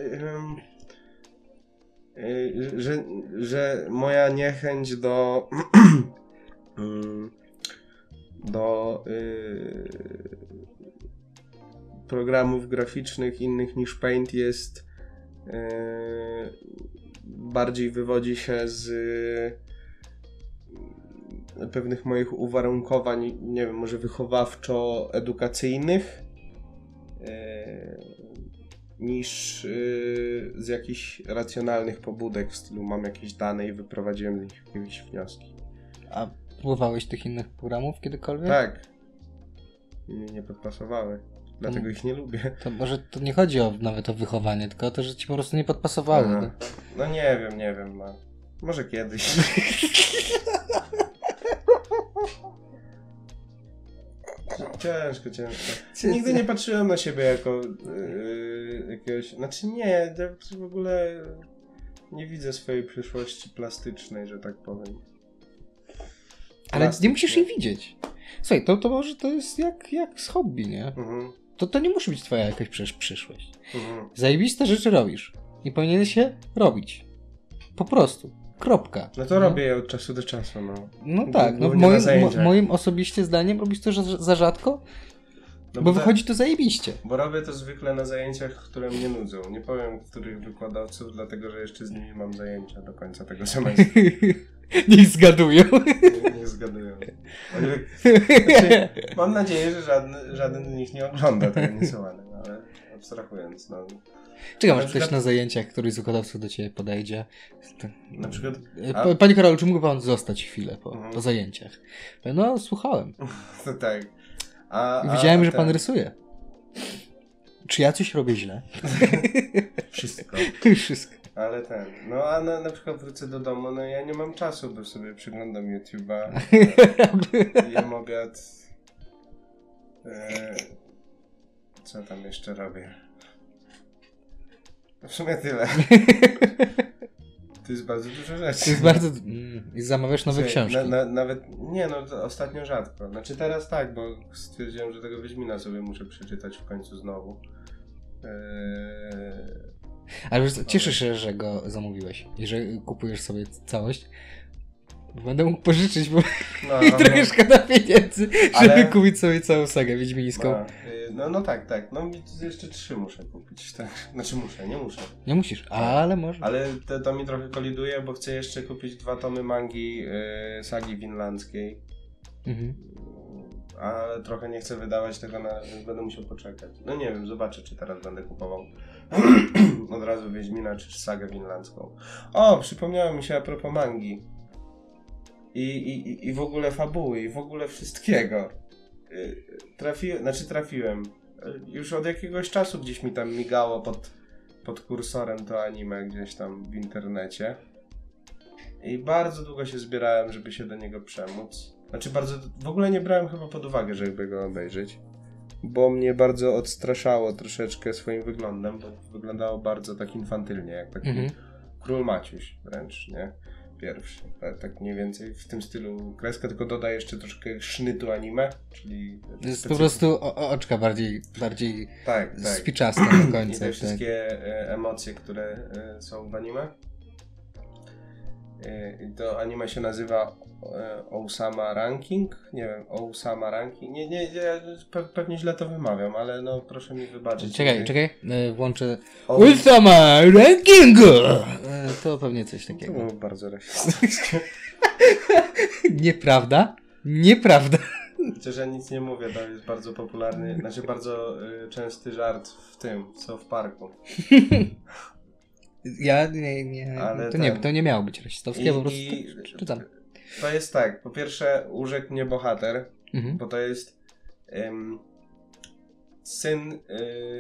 A: yy, yy, że, że moja niechęć do yy, do yy, programów graficznych innych niż Paint jest yy, bardziej wywodzi się z yy, pewnych moich uwarunkowań, nie wiem, może wychowawczo-edukacyjnych, yy, niż yy, z jakichś racjonalnych pobudek w stylu mam jakieś dane i wyprowadziłem z nich jakieś wnioski.
B: A próbowałeś tych innych programów kiedykolwiek?
A: Tak. Mi nie podpasowały. Dlatego
B: To-
A: ich nie lubię.
B: To może to nie chodzi o, nawet o wychowanie, tylko o to, że ci po prostu nie podpasowały.
A: Aha.
B: No.
A: No nie wiem, nie wiem. No. Może kiedyś. Ciężko, ciężko. Nigdy nie patrzyłem na siebie jako yy, jakiegoś... Znaczy nie, ja w ogóle nie widzę swojej przyszłości plastycznej, że tak powiem.
B: Ale
A: Plastik,
B: nie musisz jej widzieć. Słuchaj, to, to może to jest jak, jak z hobby, nie?
A: Mhm,
B: To, to nie musi być twoja jakaś przecież przyszłość.
A: mhm.
B: Zajebiste rzeczy robisz. I powinieneś się robić. Po prostu. Kropka.
A: No to robię je od czasu do czasu, no.
B: No tak, no
A: Głównie na
B: moim, mo,
A: zajęciach.
B: moim osobiście zdaniem robisz to za, za rzadko,
A: No
B: bo
A: tak-
B: wychodzi to zajebiście.
A: Bo robię to zwykle na zajęciach, które mnie nudzą. Nie powiem, których wykładowców, dlatego że jeszcze z nimi mam zajęcia do końca tego semestru.
B: Niech zgadują.
A: Nie, nie zgadują. Ale, znaczy, mam nadzieję, że żadny, żaden z nich nie ogląda tego niesołane, ale abstrahując, no.
B: Czekam,
A: Na
B: aż ktoś
A: przykład-
B: na zajęciach, któryś z wykładowców do ciebie podejdzie.
A: Na przykład...
B: E,
A: A-
B: pa- Panie Karolu, czy mógłby pan zostać chwilę po,
A: Mhm.
B: po zajęciach? No, słuchałem.
A: To tak. A, a,
B: Widziałem, że
A: ten-
B: pan rysuje. Czy ja coś robię źle?
A: Wszystko.
B: Wszystko.
A: Ale ten, no a na, na przykład wrócę do domu, no ja nie mam czasu, bo sobie przyglądam YouTube'a, jem obiad, e, co tam jeszcze robię? W sumie tyle. To jest bardzo dużo rzeczy.
B: To jest bardzo... Mm, I zamawiasz nowe
A: Słuchaj,
B: książki.
A: Na, na, nawet, nie no, to ostatnio rzadko. Znaczy teraz tak, bo stwierdziłem, że tego Wiedźmina sobie muszę przeczytać w końcu znowu. Eee,
B: Ale wiesz co, cieszę się, że go zamówiłeś i że kupujesz sobie całość. Bo będę mógł pożyczyć, bo
A: no,
B: mi
A: no,
B: trochę
A: no.
B: szkoda pieniędzy,
A: Ale-
B: żeby kupić sobie całą sagę wiedźmińską.
A: A, y, no, no tak, tak. No mi jeszcze trzy muszę kupić. Tak. Znaczy muszę, nie muszę.
B: Nie musisz, ale można.
A: Ale to, to mi trochę koliduje, bo chcę jeszcze kupić dwa tomy mangi y, sagi winlandzkiej.
B: Mhm.
A: Ale trochę nie chcę wydawać tego na... więc będę musiał poczekać. No nie wiem, zobaczę, czy teraz będę kupował od razu Wiedźmina, czy sagę winlandzką. O, przypomniało mi się a propos mangi. I, i, i w ogóle fabuły, i w ogóle wszystkiego. Y, Trafiłem, znaczy trafiłem. Y, Już od jakiegoś czasu gdzieś mi tam migało pod, pod kursorem to anime gdzieś tam w internecie. I bardzo długo się zbierałem, żeby się do niego przemóc. Znaczy bardzo, w ogóle nie brałem chyba pod uwagę, żeby go obejrzeć. Bo mnie bardzo odstraszało troszeczkę swoim wyglądem, bo wyglądało bardzo tak infantylnie, jak taki mhm. Król Maciuś wręcz, nie? Pierwszy. Tak, tak mniej więcej w tym stylu kreska, tylko doda jeszcze troszkę sznytu anime, czyli...
B: To jest po prostu o, oczka bardziej, bardziej
A: tak, tak.
B: spiczaste na końcu.
A: I te
B: tak.
A: wszystkie emocje, które są w anime. To anime się nazywa Osama Ranking. Nie wiem, Osama Ranking. Nie, nie, ja pe- pewnie źle to wymawiam, ale no proszę mi wybaczyć.
B: Czekaj, czekaj, włączę Osama Ranking! To pewnie coś takiego.
A: To było bardzo rasistowskie.
B: Nieprawda? Nieprawda.
A: Chociaż ja nic nie mówię, to jest bardzo popularny, znaczy bardzo y, częsty żart w tym, co w parku.
B: Ja nie, nie, ale to, ten... nie to nie miało być rasistowskie, po prostu tak czytam.
A: To jest tak, po pierwsze urzekł mnie bohater, mhm. bo to jest um, syn y,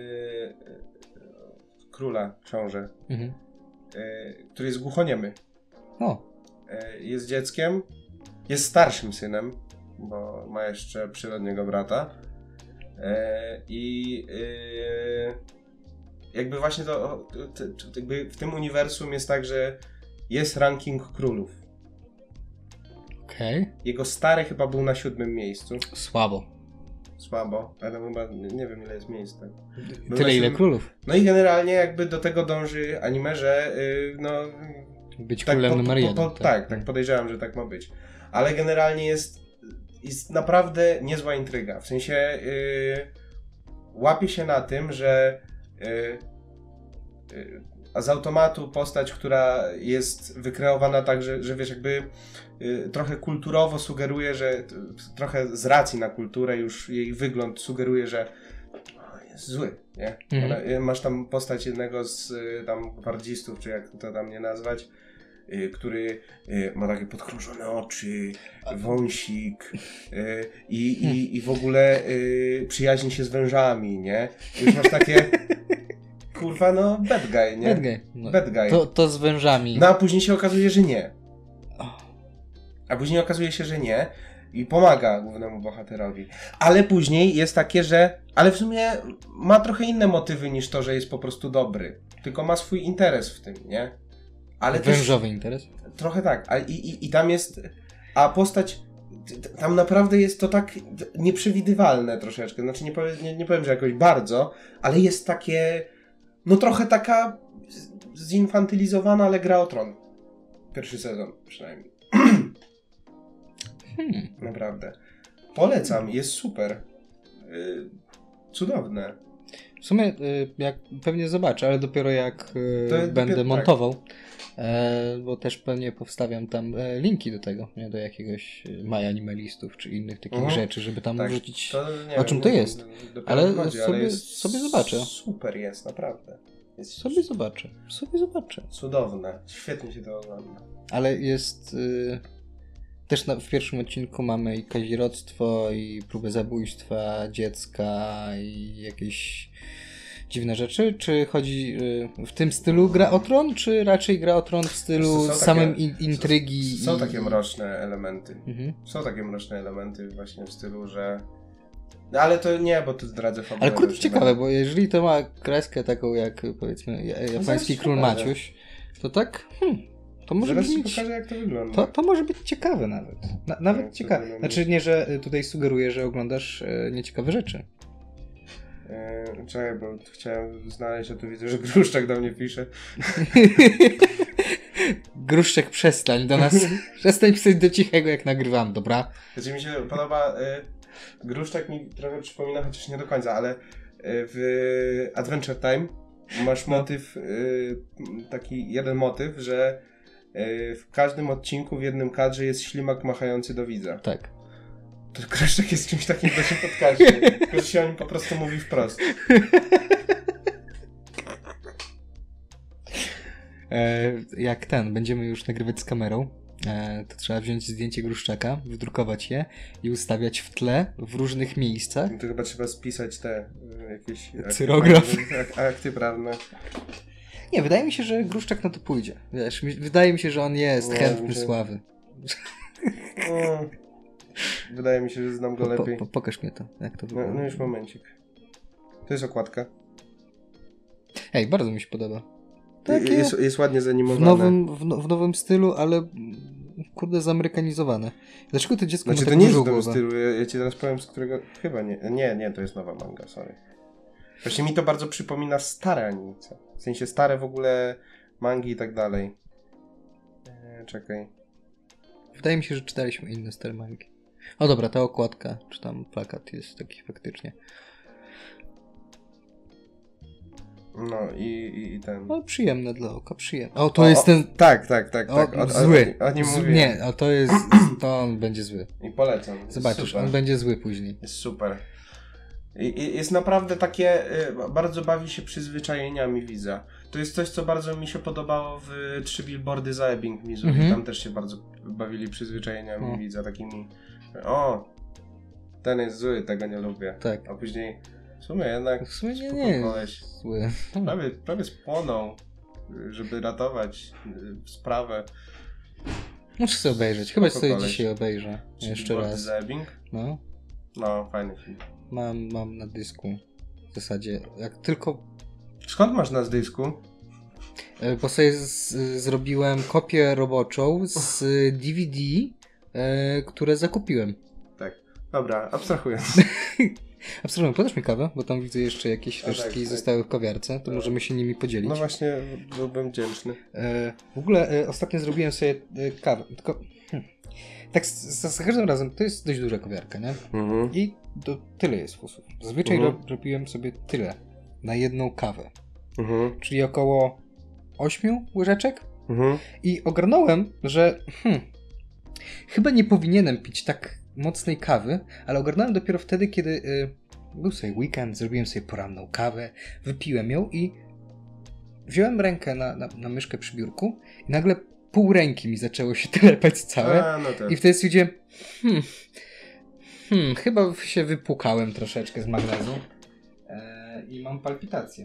A: króla, książę, mhm. y, który jest głuchoniemy.
B: O.
A: Y, jest dzieckiem, jest starszym synem, bo ma jeszcze przyrodniego brata. Y, I y, jakby właśnie to, to, to jakby w tym uniwersum jest tak, że jest ranking królów.
B: Okej. Okay.
A: Jego stary chyba był na siódmym miejscu.
B: Słabo.
A: Słabo, ale chyba nie wiem ile jest miejsc. Tak.
B: Tyle ile królów.
A: No i generalnie jakby do tego dąży anime, że yy, no...
B: Być tak, królem po, numer jeden.
A: Po, po, tak, tak, podejrzewam, że tak ma być. Ale generalnie jest, jest naprawdę niezła intryga. W sensie yy, łapie się na tym, że Yy, yy, a z automatu postać, która jest wykreowana tak, że, że wiesz, jakby yy, trochę kulturowo sugeruje, że t, trochę z racji na kulturę już jej wygląd sugeruje, że o, jest zły, nie? Mhm. Ona, yy, masz tam postać jednego z yy, tam gwardzistów, czy jak to tam nie nazwać, yy, który yy, ma takie podkrążone oczy, wąsik yy, i, i, i w ogóle yy, przyjaźni się z wężami, nie? I już masz takie kurwa, no bad guy, nie?
B: Bad guy. No,
A: bad guy.
B: To, to z wężami.
A: No a później się okazuje, że nie. A później okazuje się, że nie i pomaga głównemu bohaterowi. Ale później jest takie, że ale w sumie ma trochę inne motywy niż to, że jest po prostu dobry. Tylko ma swój interes w tym, nie? Ale
B: wężowy
A: też,
B: interes?
A: Trochę tak. A, i, i, I tam jest... A postać... Tam naprawdę jest to tak nieprzewidywalne troszeczkę. Znaczy nie powiem, nie, nie powiem, że jakoś bardzo, ale jest takie... No trochę taka zinfantylizowana, ale gra o tron. Pierwszy sezon przynajmniej. Hmm. Naprawdę. Polecam, jest super. Yy, cudowne.
B: W sumie yy, jak pewnie zobaczę, ale dopiero jak yy,
A: to
B: będę
A: dopiero,
B: montował. Tak. E, bo też pewnie powstawiam tam e, linki do tego, nie? Do jakiegoś MyAnimalistów czy innych takich mhm. rzeczy, żeby tam tak, wrzucić to, o czym wiem, to jest. Ale, chodzi, sobie, ale jest sobie zobaczę.
A: Super jest, naprawdę. Jest
B: sobie zobaczę, sobie zobaczę.
A: Cudowne, świetnie się to ogląda.
B: Ale jest... Y, też na, w pierwszym odcinku mamy i kazirodztwo, i próbę zabójstwa dziecka, i jakieś dziwne rzeczy. Czy chodzi y, w tym stylu gra o tron, czy raczej gra o tron w stylu takie, samym in, intrygi?
A: Są, są
B: i...
A: takie mroczne elementy. Mhm. Są takie mroczne elementy właśnie w stylu, że... No ale to nie, bo to zdradzę fabułę.
B: Ale kurde ciekawe, bo jeżeli to ma kreskę taką jak powiedzmy japoński no król Maciuś, to tak... Hmm. To może
A: Zaraz
B: być
A: ci pokażę, jak to wygląda.
B: To, to może być ciekawe nawet. Na, nawet no, ciekawe. Znaczy nie, że tutaj sugeruję, że oglądasz e, nieciekawe rzeczy.
A: Eee, czekaj, bo chciałem znaleźć, a tu widzę, że Gruszczak do mnie pisze.
B: Gruszczak, przestań do nas. Przestań pisać do cichego, jak nagrywam, dobra?
A: Znaczy mi się podoba... E, Gruszczak mi trochę przypomina, chociaż nie do końca, ale e, w Adventure Time masz motyw, e, taki jeden motyw, że w każdym odcinku w jednym kadrze jest ślimak machający do widza.
B: Tak.
A: To Gruszczak jest czymś takim w naszym podcaście. Tylko, że się o nim po prostu mówi wprost.
B: E, jak ten, będziemy już nagrywać z kamerą, e, to trzeba wziąć zdjęcie Gruszczaka, wydrukować je i ustawiać w tle w różnych miejscach.
A: To chyba trzeba spisać te y, jakieś...
B: Cyrograf.
A: Akty, akty prawne.
B: Nie, wydaje mi się, że Gruszczak na to pójdzie. Wiesz, mi, wydaje mi się, że on jest
A: Nie,
B: chętny
A: mi się-
B: sławy.
A: No, wydaje mi się, że znam go
B: Po, po,
A: lepiej.
B: po, pokaż mi to, jak to
A: No,
B: wygląda.
A: no już momencik. To jest okładka.
B: Ej, bardzo mi się podoba.
A: Takie...
B: Takie
A: Jest, jest ładnie
B: w
A: zanimowane.
B: nowym, w, no, w nowym stylu, ale mm, kurde zamerykanizowane. Dlaczego to dziecko
A: Znaczy
B: ma
A: to
B: tak
A: nie jest
B: dużą
A: w nowym
B: głowę?
A: stylu, ja, ja ci teraz powiem z którego... Chyba nie. Nie, nie, to jest nowa manga, sorry. Właśnie mi to bardzo przypomina stare anime. W sensie stare w ogóle mangi i tak dalej. Eee, czekaj.
B: Wydaje mi się, że czytaliśmy inne stare mangi. O dobra, ta okładka, czy tam plakat jest taki faktycznie.
A: No i, i, i ten...
B: No przyjemne dla oka, przyjemne. O, to
A: O,
B: jest
A: o,
B: ten...
A: Tak, tak, tak.
B: O,
A: tak. O, o,
B: zły.
A: O, o nim
B: Z,
A: mówię.
B: nie, a to jest... To on będzie zły.
A: I polecam. Jest
B: Zobaczysz,
A: super.
B: on będzie zły później.
A: Jest super. I, i jest naprawdę takie... Y, bardzo bawi się przyzwyczajeniami widza. To jest coś, co bardzo mi się podobało w Trzy Billboardy za Ebbing, Missouri.
B: Mhm.
A: Tam też się bardzo bawili przyzwyczajeniami
B: O.
A: widza, takimi... O, ten jest zły, tego nie lubię.
B: Tak.
A: A później... W sumie jednak...
B: W sumie nie,
A: spoko
B: nie
A: koleś.
B: jest zły.
A: Prawie, prawie spłonął, y, żeby ratować y, sprawę.
B: Muszę sobie obejrzeć. Chyba
A: Spoko
B: sobie
A: koleś.
B: dzisiaj obejrzę.
A: Trzy
B: Jeszcze
A: Billboardy
B: raz.
A: za Ebbing.
B: No.
A: No, fajny film.
B: Mam, mam na dysku. W zasadzie, jak tylko...
A: Skąd masz nas dysku?
B: e, Bo sobie z, zrobiłem kopię roboczą z D V D, e, które zakupiłem.
A: Tak. Dobra, abstrahując.
B: Absolutnie, podasz mi kawę, bo tam widzę jeszcze jakieś
A: A tak,
B: resztki
A: tak.
B: zostały w kawiarce, to
A: No.
B: możemy się nimi podzielić.
A: No właśnie, byłbym wdzięczny.
B: E, w ogóle e, ostatnio zrobiłem sobie e, kawę, tylko hmm, tak z- za, za każdym razem to jest dość duża kawiarka, nie?
A: Mhm.
B: I to tyle jest fusów. Zazwyczaj
A: Mhm.
B: ro, robiłem sobie tyle na jedną kawę,
A: Mhm.
B: czyli około ośmiu łyżeczek
A: Mhm.
B: i ogarnąłem, że hmm, chyba nie powinienem pić tak mocnej kawy, ale ogarnąłem dopiero wtedy, kiedy y, był sobie weekend, zrobiłem sobie poranną kawę, wypiłem ją i wziąłem rękę na, na, na myszkę przy biurku i nagle pół ręki mi zaczęło się telepać całe
A: A, no tak.
B: i wtedy stwierdziłem, hmm, hmm, chyba się wypłukałem troszeczkę z magnezu e, i mam palpitację.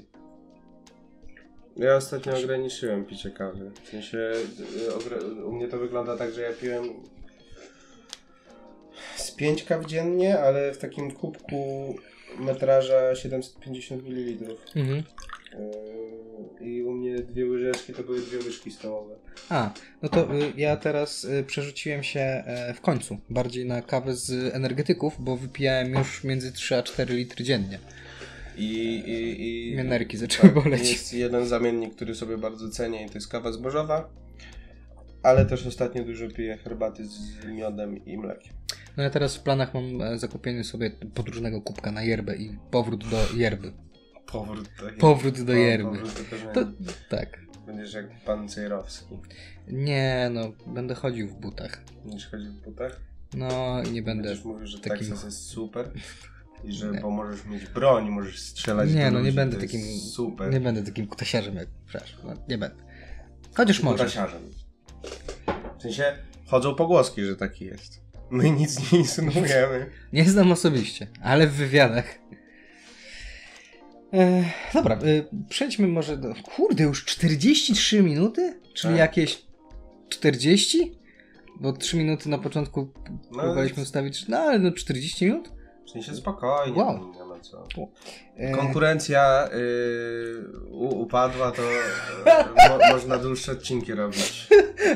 A: Ja ostatnio ograniczyłem picie kawy. W sensie, y, ogra- u mnie to wygląda tak, że ja piłem z pięć kaw dziennie, ale w takim kubku metraża siedemset pięćdziesiąt mililitrów.
B: Mhm.
A: Yy, I u mnie dwie łyżeczki to były dwie łyżki stołowe.
B: A, no to y, ja teraz y, przerzuciłem się e, w końcu bardziej na kawę z energetyków, bo wypijałem już między trzy a cztery litry dziennie.
A: I, i, i
B: Mnie nerki zaczęły
A: tak,
B: boleć.
A: Jest jeden zamiennik, który sobie bardzo cenię i to jest kawa zbożowa, ale też ostatnio dużo piję herbaty z miodem i mlekiem.
B: No ja teraz w planach mam e, zakupienie sobie podróżnego kubka na yerbę i powrót do yerby.
A: Powrót do yerby.
B: Powrót do
A: O,
B: yerby.
A: powrót do korzeni.
B: To tak.
A: Będziesz jak pan Cejrowski.
B: Nie no, będę chodził w butach.
A: Będziesz chodził w butach?
B: No i nie będę...
A: Będziesz mówił, że
B: takim-
A: Texas jest super i że
B: Nie.
A: bo możesz mieć broń, możesz strzelać
B: Nie
A: do
B: no, nie
A: ludzi,
B: będę
A: to jest
B: takim...
A: super.
B: Nie będę takim kutasiarzem jak... Przepraszam, no, nie będę. Chociaż może.
A: Kutasiarzem. W sensie chodzą pogłoski, że taki jest. My nic nie insynuujemy.
B: Nie znam osobiście, ale w wywiadach. E, dobra, e, przejdźmy może do... Kurde, już czterdzieści trzy minuty? Czyli
A: Tak.
B: jakieś czterdzieści? Bo trzy minuty na początku
A: No,
B: próbowaliśmy ustawić, no ale no czterdzieści minut?
A: W sensie spokojnie,
B: Wow.
A: nie ma co.
B: E,
A: Konkurencja yy, u, upadła, to yy, mo, można dłuższe odcinki robić.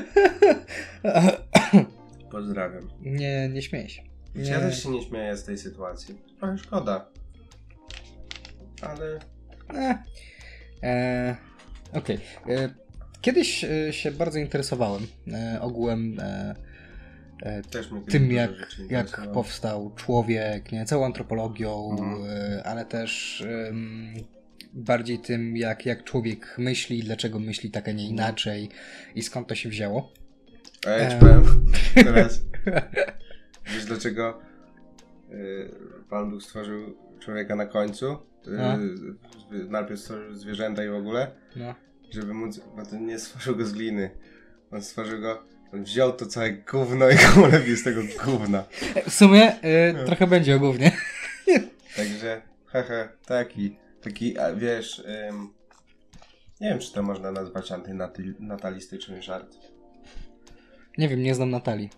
A: Pozdrawiam.
B: nie, nie śmieję się. Nie.
A: Ja też się nie śmieję z tej sytuacji. Trochę szkoda. Ale...
B: E, e, Okej. E, Kiedyś e, się bardzo interesowałem e, ogółem e, e,
A: Też mnie
B: tym,
A: dużo
B: jak,
A: rzeczy
B: jak
A: interesowało.
B: powstał człowiek, nie, całą antropologią,
A: Mhm.
B: e, ale też em, bardziej tym, jak, jak człowiek myśli, dlaczego myśli tak, a nie inaczej i skąd to się wzięło.
A: A ja ci
B: Em.
A: powiem teraz. Wiesz dlaczego yy, Pan Bóg stworzył człowieka na końcu? Yy,
B: A?
A: najpierw stworzył zwierzęta i w ogóle,
B: No.
A: żeby móc... Bo to nie stworzył go z gliny. On stworzył go... On wziął to całe gówno i go ulepił z tego gówna.
B: W sumie e,
A: No.
B: trochę będzie o gównie.
A: Także, hehe, taki, taki, a wiesz, ym, Nie wiem, czy to można nazwać antynatalistyczny żart.
B: Nie wiem, nie znam Natalii.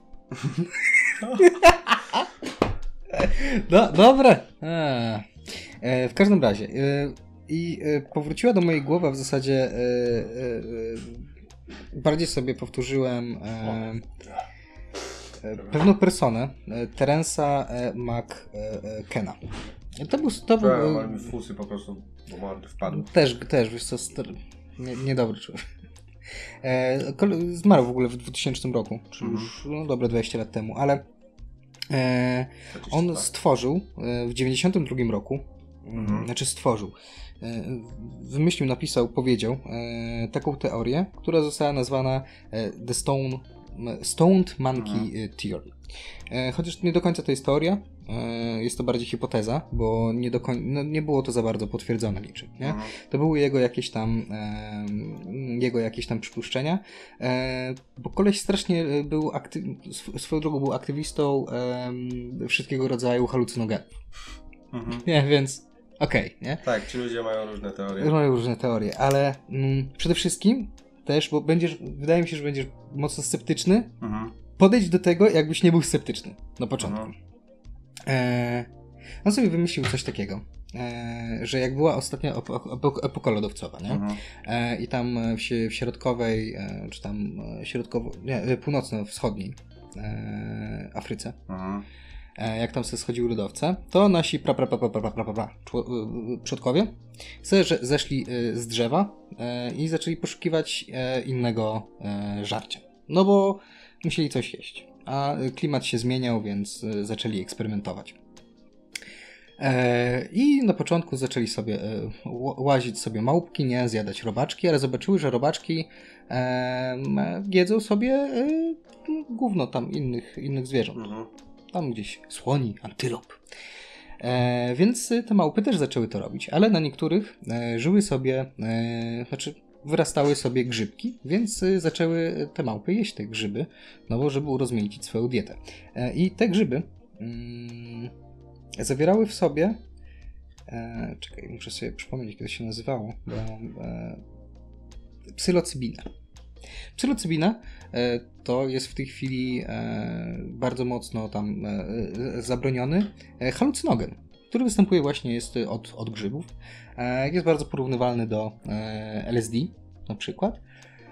B: Do, dobre. A. E, w każdym razie. E, I e, powróciła do mojej głowy w zasadzie. E, e, e, bardziej sobie powtórzyłem e, e, pewną personę. E, Terensa e, McKenna. To był. To był
A: ja, mam mi fusy po prostu, bo mam wpadł.
B: Też, też, wiesz co, star... nie, niedobry człowiek. E, zmarł w ogóle w dwutysięcznym roku, czyli mm. już no, dobre dwadzieścia lat temu, ale e, on stworzył e, w dziewięćdziesiątym drugim roku, mm. znaczy stworzył, e, wymyślił, napisał, powiedział e, taką teorię, która została nazwana e, The Stone, Stoned Monkey mm. Theory. E, chociaż nie do końca to jest teoria, e, jest to bardziej hipoteza, bo nie, do koń... no, nie było to za bardzo potwierdzone niczym. Nie? Mm. To były jego jakieś tam e, jego jakieś tam przypuszczenia, e, bo koleś strasznie był aktyw... swoją drogą był aktywistą e, wszystkiego rodzaju halucynogenów. Mm-hmm. Nie, więc okej, okay, nie?
A: Tak, ci ludzie mają różne teorie.
B: Mają różne teorie, ale mm, przede wszystkim też, bo będziesz, wydaje mi się, że będziesz mocno sceptyczny, mm-hmm. Podejdź do tego, jakbyś nie był sceptyczny na początku. Mhm. E, on sobie wymyślił coś takiego, e, że jak była ostatnia epok- epoka lodowcowa, nie? Mhm. E, i tam w, w środkowej, e, czy tam środkowo, nie, północno-wschodniej e, Afryce, mhm. e, jak tam sobie schodziły lodowce, to nasi pra, pra, pra, pra, pra, pra, pra, pra, przodkowie sobie zeszli z drzewa e, i zaczęli poszukiwać e, innego e, żarcia. No bo musieli coś jeść, a klimat się zmieniał, więc zaczęli eksperymentować. E, I na początku zaczęli sobie e, łazić sobie małpki, nie zjadać robaczki, ale zobaczyły, że robaczki e, jedzą sobie e, gówno tam innych, innych zwierząt. Mhm. Tam gdzieś słoni, antylop. E, więc te małpy też zaczęły to robić, ale na niektórych e, żyły sobie, e, znaczy wyrastały sobie grzybki, więc zaczęły te małpy jeść te grzyby, no bo żeby urozmaicić swoją dietę. E, I te grzyby mm, zawierały w sobie, e, czekaj, muszę sobie przypomnieć, jak to się nazywało, bo, e, psylocybinę. Psylocybina e, to jest w tej chwili e, bardzo mocno tam e, zabroniony e, halucynogen, który występuje właśnie jest od, od grzybów. E, jest bardzo porównywalny do e, L S D na przykład.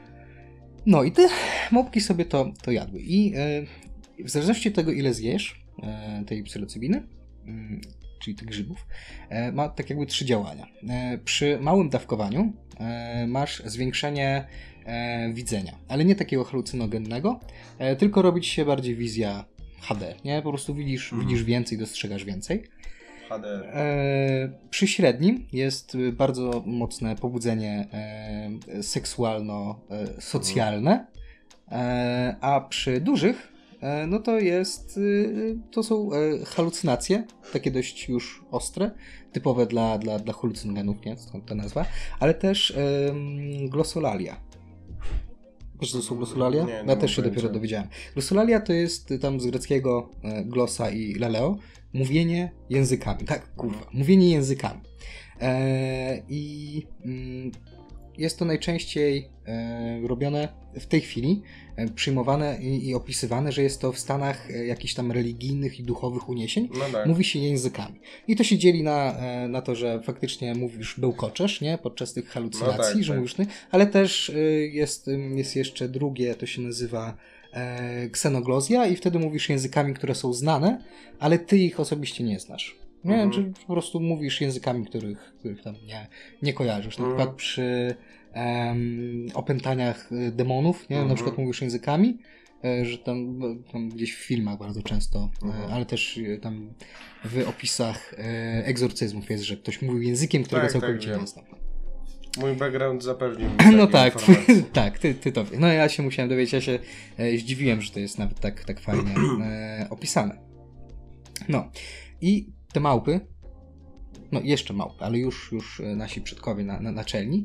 B: No i te małpki sobie to, to jadły. I e, w zależności od tego, ile zjesz e, tej psylocybiny, mm, czyli tych grzybów, e, ma tak jakby trzy działania. E, przy małym dawkowaniu e, masz zwiększenie e, widzenia, ale nie takiego halucynogennego, e, tylko robi ci się bardziej wizja H D, nie? Po prostu widzisz, mhm. widzisz więcej, dostrzegasz więcej.
A: H D.
B: E, przy średnim jest bardzo mocne pobudzenie e, seksualno-socjalne, e, a przy dużych e, no to jest, e, to są e, halucynacje, takie dość już ostre, typowe dla, dla, dla halucynogenów, nie? Skąd ta nazwa, ale też e, glossolalia. Wiesz, co to są glossolalia?
A: Nie, nie
B: ja też się
A: pojęcia.
B: dopiero dowiedziałem. Glossolalia to jest tam z greckiego e, glossa i laleo, mówienie językami. Tak, kurwa, mówienie językami. E, I mm, jest to najczęściej e, robione w tej chwili, e, przyjmowane i, i opisywane, że jest to w stanach e, jakichś tam religijnych i duchowych uniesień. No tak. Mówi się językami. I to się dzieli na, e, na to, że faktycznie mówisz, bełkoczesz, nie? Podczas tych halucynacji, no tak, że tak. mówisz, nie? Ale też e, jest, jest jeszcze drugie, to się nazywa e, ksenoglozja i wtedy mówisz językami, które są znane, ale ty ich osobiście nie znasz. Nie wiem, mhm. czy po prostu mówisz językami, których, których tam nie, nie kojarzysz. Na mhm. przykład przy um, opętaniach demonów, nie? Mhm. Na przykład mówisz językami, e, że tam, tam gdzieś w filmach bardzo często, mhm. e, ale też e, tam w opisach e, egzorcyzmów jest, że ktoś mówił językiem, którego tak, całkowicie tak, nie znam.
A: Mój background zapewnił mi
B: No tak, twój, tak, ty, ty to wiesz. No ja się musiałem dowiedzieć, ja się e, zdziwiłem, że to jest nawet tak, tak fajnie e, opisane. No i te małpy, no jeszcze małpy, ale już, już nasi przodkowie na, na, naczelni,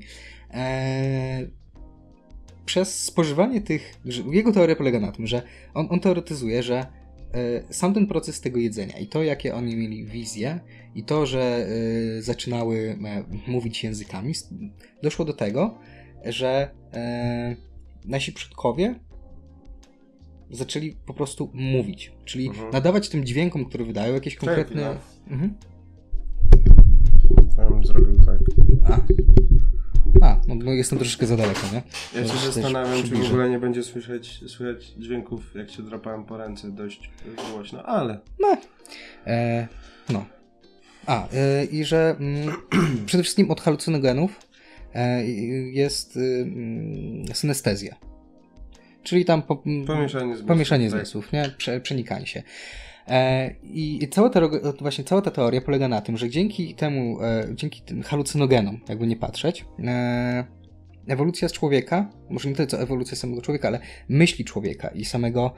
B: e, przez spożywanie tych, jego teoria polega na tym, że on, on teoretyzuje, że sam ten proces tego jedzenia i to, jakie oni mieli wizje i to, że zaczynały mówić językami, doszło do tego, że nasi przodkowie zaczęli po prostu mówić, czyli mhm. nadawać tym dźwiękom, które wydają jakieś konkretne...
A: Tak, no.
B: mhm.
A: Ja bym zrobił tak.
B: A, A no, no jestem troszeczkę za daleko, nie?
A: Ja się zastanawiam, czy w ogóle nie będzie słyszeć, słychać dźwięków, jak się drapałem po ręce dość głośno, ale...
B: No. E, no. A, e, i że mm, przede wszystkim od halucynogenów e, jest y, synestezja. Czyli tam po,
A: pomieszanie zmysłów,
B: pomieszanie
A: tak.
B: zmysłów, nie? Prze, przenikanie się. E, I cała ta, właśnie cała ta teoria polega na tym, że dzięki temu, e, dzięki tym halucynogenom, jakby nie patrzeć, e, ewolucja z człowieka, może nie tyle co ewolucja samego człowieka, ale myśli człowieka i samego,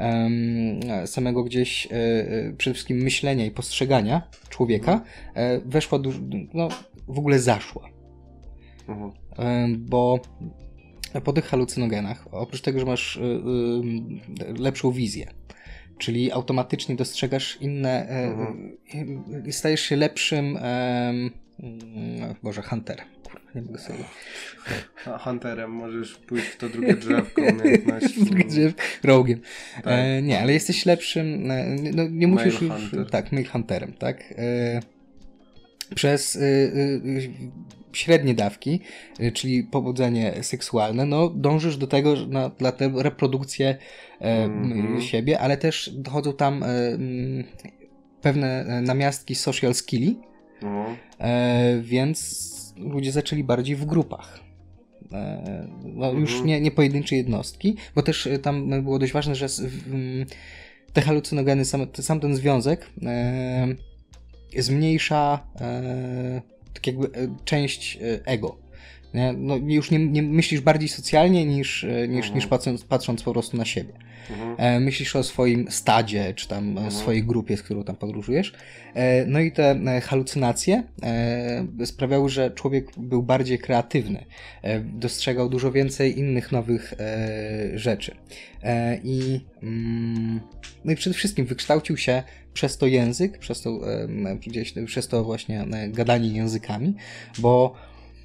B: e, samego gdzieś e, przede wszystkim myślenia i postrzegania człowieka e, weszła, du- no w ogóle zaszła.
A: Mhm.
B: E, bo po tych halucynogenach, oprócz tego, że masz y, y, lepszą wizję, czyli automatycznie dostrzegasz inne, mhm. y, y, stajesz się lepszym, y, y, Boże, hunterem. Kurwa, nie mogę sobie...
A: A hunterem możesz pójść w to drugie drzewko, umiejętność.
B: drugie drzewko, rogiem.
A: Tak.
B: E, nie, ale jesteś lepszym, e, no, nie musisz
A: male
B: już...
A: hunter.
B: Tak, male hunterem, tak? E, przez y, y, średnie dawki, y, czyli pobudzenie seksualne, no dążysz do tego, że na, dla tej reprodukcję e, mm-hmm. siebie, ale też dochodzą tam e, m, pewne namiastki social skilli, mm. e, więc ludzie zaczęli bardziej w grupach. E, no, mm-hmm. Już nie, nie pojedyncze jednostki, bo też tam było dość ważne, że w, te halucynogeny, sam, sam ten związek e, zmniejsza e, tak jakby e, część e, ego. Nie? No, już nie, nie myślisz bardziej socjalnie niż, e, niż, mhm. niż patrząc, patrząc po prostu na siebie. Mhm. E, myślisz o swoim stadzie, czy tam mhm. swojej grupie, z którą tam podróżujesz. E, no i te e, halucynacje e, sprawiały, że człowiek był bardziej kreatywny. E, dostrzegał dużo więcej innych nowych e, rzeczy. E, i, mm, no i przede wszystkim wykształcił się przez to język, przez to, e, gdzieś, przez to właśnie e, gadanie językami, bo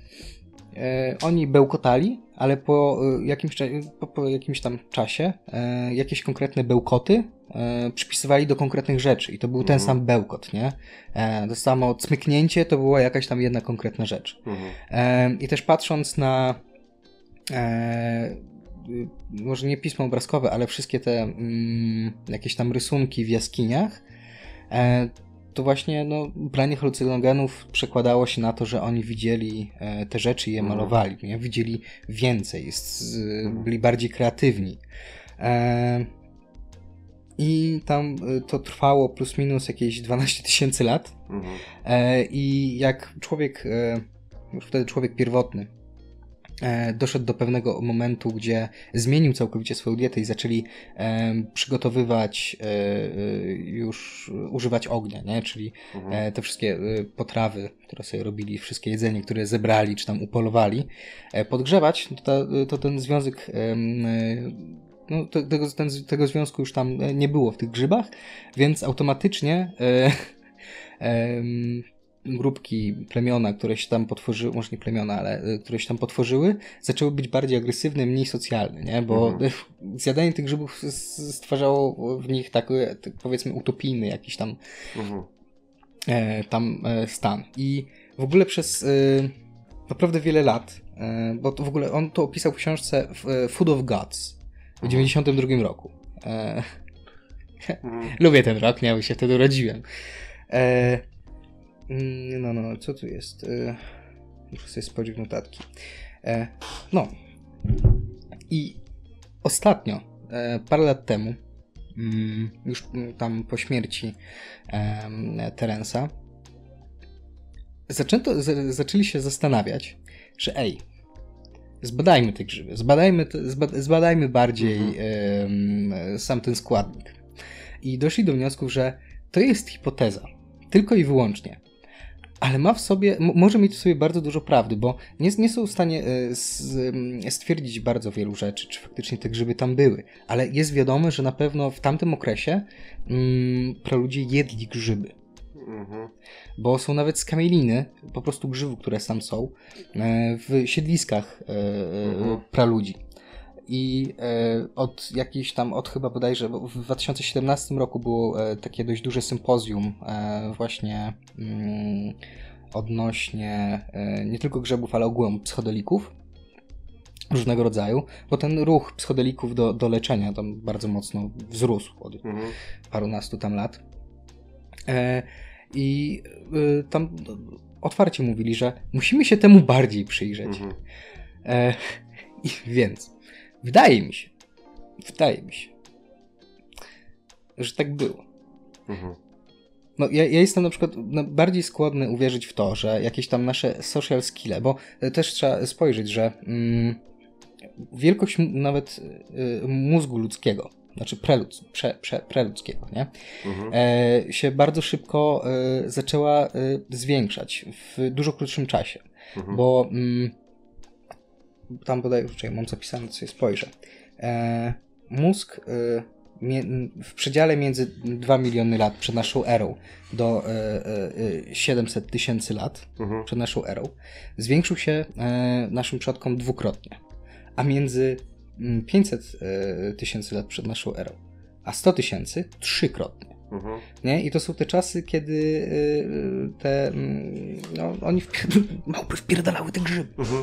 B: e, oni bełkotali, ale po, e, jakimś, po, po jakimś tam czasie e, jakieś konkretne bełkoty e, przypisywali do konkretnych rzeczy i to był mhm. ten sam bełkot, nie? E, to samo cmyknięcie to była jakaś tam jedna konkretna rzecz. Mhm. E, I też patrząc na e, może nie pismo obrazkowe, ale wszystkie te mm, jakieś tam rysunki w jaskiniach, e, to właśnie no, branie halucynogenów przekładało się na to, że oni widzieli e, te rzeczy i je malowali, nie? Widzieli więcej, z, byli bardziej kreatywni. E, I tam e, to trwało plus minus jakieś dwanaście tysięcy lat. Mhm. E, I jak człowiek, e, już wtedy człowiek pierwotny, doszedł do pewnego momentu, gdzie zmienił całkowicie swoją dietę i zaczęli e, przygotowywać, e, już używać ognia, nie? Czyli mhm. e, te wszystkie e, potrawy, które sobie robili, wszystkie jedzenie, które zebrali czy tam upolowali, e, podgrzewać, to, to ten związek e, no, to, tego, ten, tego związku już tam nie było w tych grzybach, więc automatycznie e, e, grupki, plemiona, które się tam potworzyły, może nie plemiona, ale y, które się tam potworzyły, zaczęły być bardziej agresywne, mniej socjalne, nie? Bo mhm. zjadanie tych grzybów stwarzało w nich taki, tak powiedzmy, utopijny jakiś tam mhm. e, tam e, stan. I w ogóle przez e, naprawdę wiele lat, e, bo to w ogóle on to opisał w książce Food of Gods w dziewięćdziesiątym drugim roku. E, mhm. Lubię ten rok, nie? Bo się wtedy urodziłem. E, No, no, co tu jest? E, muszę sobie spojrzeć w notatki. E, no. I ostatnio, e, parę lat temu, mm, już tam po śmierci e, Terensa, zaczęto, z, zaczęli się zastanawiać, że ej, zbadajmy te grzyby, zbadajmy, te, zba, zbadajmy bardziej mhm. e, sam ten składnik. I doszli do wniosku, że to jest hipoteza, tylko i wyłącznie. ale ma w sobie, m- może mieć w sobie bardzo dużo prawdy, bo nie, nie są w stanie y, z, y, stwierdzić bardzo wielu rzeczy, czy faktycznie te grzyby tam były, ale jest wiadomo, że na pewno w tamtym okresie y, praludzie jedli grzyby.
A: Mhm.
B: Bo są nawet skamieliny, po prostu grzybów, które tam są, e, w siedliskach e,
A: Mhm.
B: praludzi. I e, od jakiejś tam, od chyba bodajże, bo w dwa tysiące siedemnastym roku było e, takie dość duże sympozjum e, właśnie mm, odnośnie e, nie tylko grzybów, ale ogółem psychodelików różnego rodzaju, bo ten ruch psychodelików do, do leczenia tam bardzo mocno wzrósł od
A: Mhm.
B: parunastu tam lat. E, I y, tam otwarcie mówili, że musimy się temu bardziej przyjrzeć.
A: Mhm.
B: E, i więc wydaje mi się, wydaje mi się, że tak było.
A: Mhm.
B: No, ja, ja jestem na przykład no, bardziej skłonny uwierzyć w to, że jakieś tam nasze social skille, bo też trzeba spojrzeć, że mm, wielkość m- nawet y, mózgu ludzkiego, znaczy preludz, prze, prze, preludzkiego, nie?
A: Mhm.
B: E, się bardzo szybko e, zaczęła e, zwiększać w dużo krótszym czasie,
A: Mhm.
B: bo mm, tam bodaj, czekaj, mam zapisane, co sobie spojrzę. E, mózg e, mie, w przedziale między dwa miliony lat przed naszą erą do e, e, siedemset tysięcy lat
A: Mhm.
B: przed naszą erą zwiększył się e, naszym przodkom dwukrotnie, a między mm, pięćset tysięcy lat przed naszą erą a sto tysięcy trzykrotnie.
A: Mhm.
B: Nie? I to są te czasy, kiedy y, te mm, no, oni wpier- małpy wpierdalały te grzyby.
A: Mhm.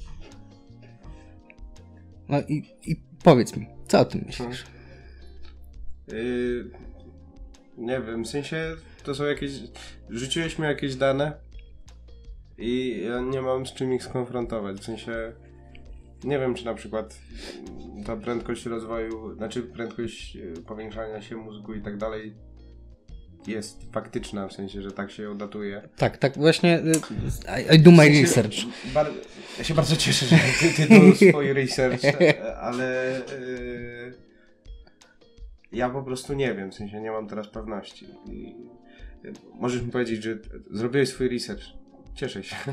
B: No i, i powiedz mi, co o tym myślisz?
A: Yy, nie wiem, w sensie to są jakieś... Rzuciłeś mi jakieś dane i ja nie mam z czym ich skonfrontować, w sensie... Nie wiem, czy na przykład ta prędkość rozwoju, znaczy prędkość yy, powiększania się mózgu i tak dalej jest faktyczna, w sensie, że tak się ją datuje.
B: Tak, tak właśnie y, I, I do my
A: W sensie,
B: research.
A: Bar- ja się bardzo cieszę, że ty, ty tu swój research, ale yy, ja po prostu nie wiem, w sensie nie mam teraz pewności. I, yy, możesz mi powiedzieć, że zrobiłeś swój research. Cieszę się.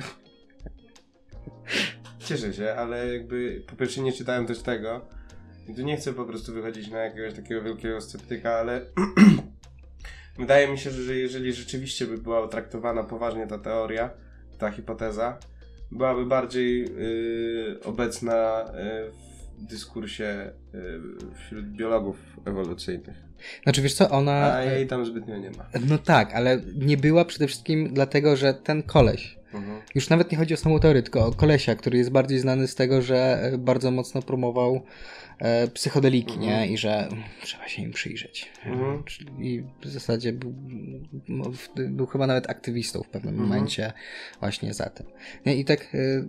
A: Cieszę się, ale jakby po pierwsze nie czytałem też tego i tu nie chcę po prostu wychodzić na jakiegoś takiego wielkiego sceptyka, ale wydaje mi się, że jeżeli rzeczywiście by była traktowana poważnie ta teoria, ta hipoteza, byłaby bardziej yy, obecna yy, w dyskursie yy, wśród biologów ewolucyjnych.
B: Znaczy wiesz co, ona...
A: A jej tam zbytnio nie ma.
B: No tak, ale nie była przede wszystkim dlatego, że ten koleś,
A: Mhm.
B: już nawet nie chodzi o samą teorię, tylko o kolesia, który jest bardziej znany z tego, że bardzo mocno promował e, psychodeliki,
A: Mhm.
B: nie? I że trzeba się im przyjrzeć.
A: Mhm.
B: I w zasadzie był, no, był chyba nawet aktywistą w pewnym
A: Mhm.
B: momencie właśnie za tym. Nie? I tak e,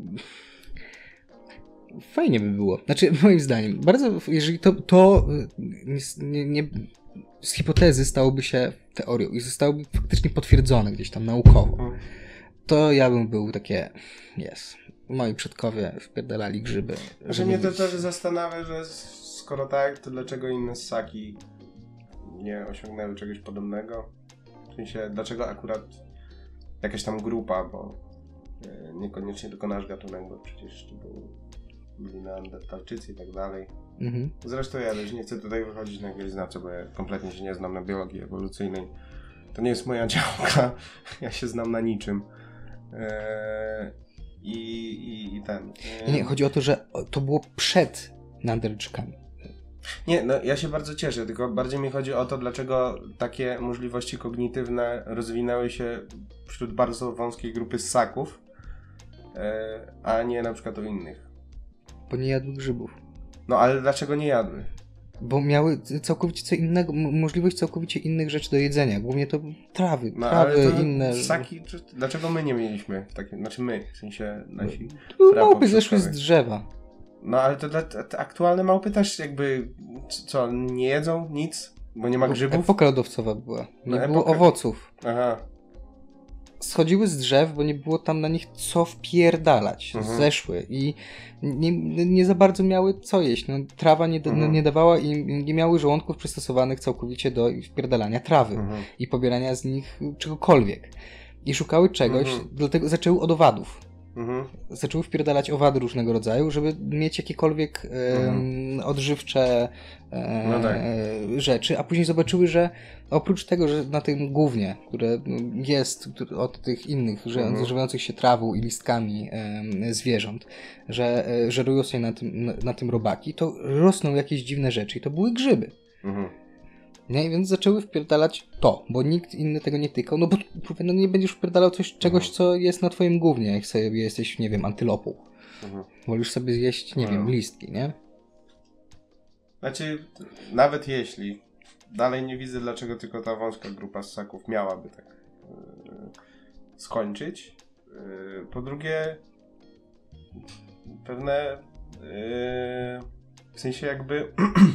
B: fajnie by było. Znaczy, moim zdaniem, bardzo, jeżeli to, to nie, nie, z hipotezy stałoby się teorią i zostałoby faktycznie potwierdzone gdzieś tam naukowo,
A: Mhm.
B: to ja bym był takie, jest. Moi przodkowie wpierdalali grzyby.
A: Że mnie to też zastanawia, że skoro tak, to dlaczego inne ssaki nie osiągnęły czegoś podobnego? W sensie, dlaczego akurat jakaś tam grupa, bo e, niekoniecznie tylko nasz gatunek, bo przecież to był, byli neandertalczycy i tak dalej.
B: Mhm.
A: Zresztą ja też nie chcę tutaj wychodzić na jakiegoś znawcę, bo ja kompletnie się nie znam na biologii ewolucyjnej. To nie jest moja działka, ja się znam na niczym. Eee, i, i, I ten...
B: Nie, nie, chodzi o to, że to było przed Neanderczykami.
A: Nie, no ja się bardzo cieszę, tylko bardziej mi chodzi o to, dlaczego takie możliwości kognitywne rozwinęły się wśród bardzo wąskiej grupy ssaków, e, a nie na przykład u innych.
B: Bo nie jadły grzybów.
A: No ale dlaczego nie jadły?
B: Bo miały całkowicie co innego, m- możliwość całkowicie innych rzeczy do jedzenia. Głównie to trawy,
A: No
B: trawy,
A: ale to
B: inne.
A: ssaki, czy, dlaczego my nie mieliśmy takiej, znaczy my, w sensie nasi
B: No,
A: prawo
B: małpy zeszły z
A: przodkowie.
B: drzewa.
A: No ale to dla, te aktualne małpy też jakby, c- co, nie jedzą nic? Bo nie ma
B: Bo
A: grzybów?
B: Epoka lodowcowa była. Nie
A: No,
B: było
A: epoka-
B: owoców.
A: Aha.
B: Schodziły z drzew, bo nie było tam na nich co wpierdalać.
A: Mhm.
B: Zeszły i nie, nie za bardzo miały co jeść. No, trawa nie, da-
A: Mhm.
B: nie dawała im, nie miały żołądków przystosowanych całkowicie do wpierdalania trawy
A: Mhm.
B: i pobierania z nich czegokolwiek. i szukały czegoś, mhm. dlatego zaczęły od owadów.
A: Mhm.
B: Zaczęły wpierdalać owady różnego rodzaju, żeby mieć jakiekolwiek mhm. e, odżywcze e,
A: no tak.
B: rzeczy, a później zobaczyły, że oprócz tego, że na tym głównie, które jest od tych innych mhm. żywających się trawą i listkami e, zwierząt, że e, żerują sobie na tym, na, na tym robaki, to rosną jakieś dziwne rzeczy i to były grzyby.
A: Mhm.
B: Nie? Więc zaczęły wpierdalać to, bo nikt inny tego nie tykał, no bo no nie będziesz wpierdalał coś, czegoś, mhm. co jest na twoim gównie, jak sobie jesteś, nie wiem, antylopą. Mhm. Wolisz sobie zjeść, nie mhm. wiem, listki, nie?
A: Znaczy, nawet jeśli, dalej nie widzę, dlaczego tylko ta wąska grupa ssaków miałaby tak yy, skończyć. Yy, po drugie, pewne yy, w sensie jakby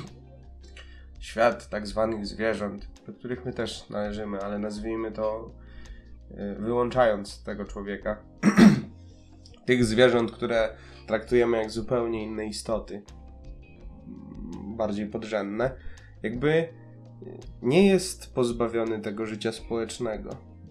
A: świat tak zwanych zwierząt, do których my też należymy, ale nazwijmy to yy, wyłączając tego człowieka, tych zwierząt, które traktujemy jak zupełnie inne istoty, bardziej podrzędne, jakby nie jest pozbawiony tego życia społecznego.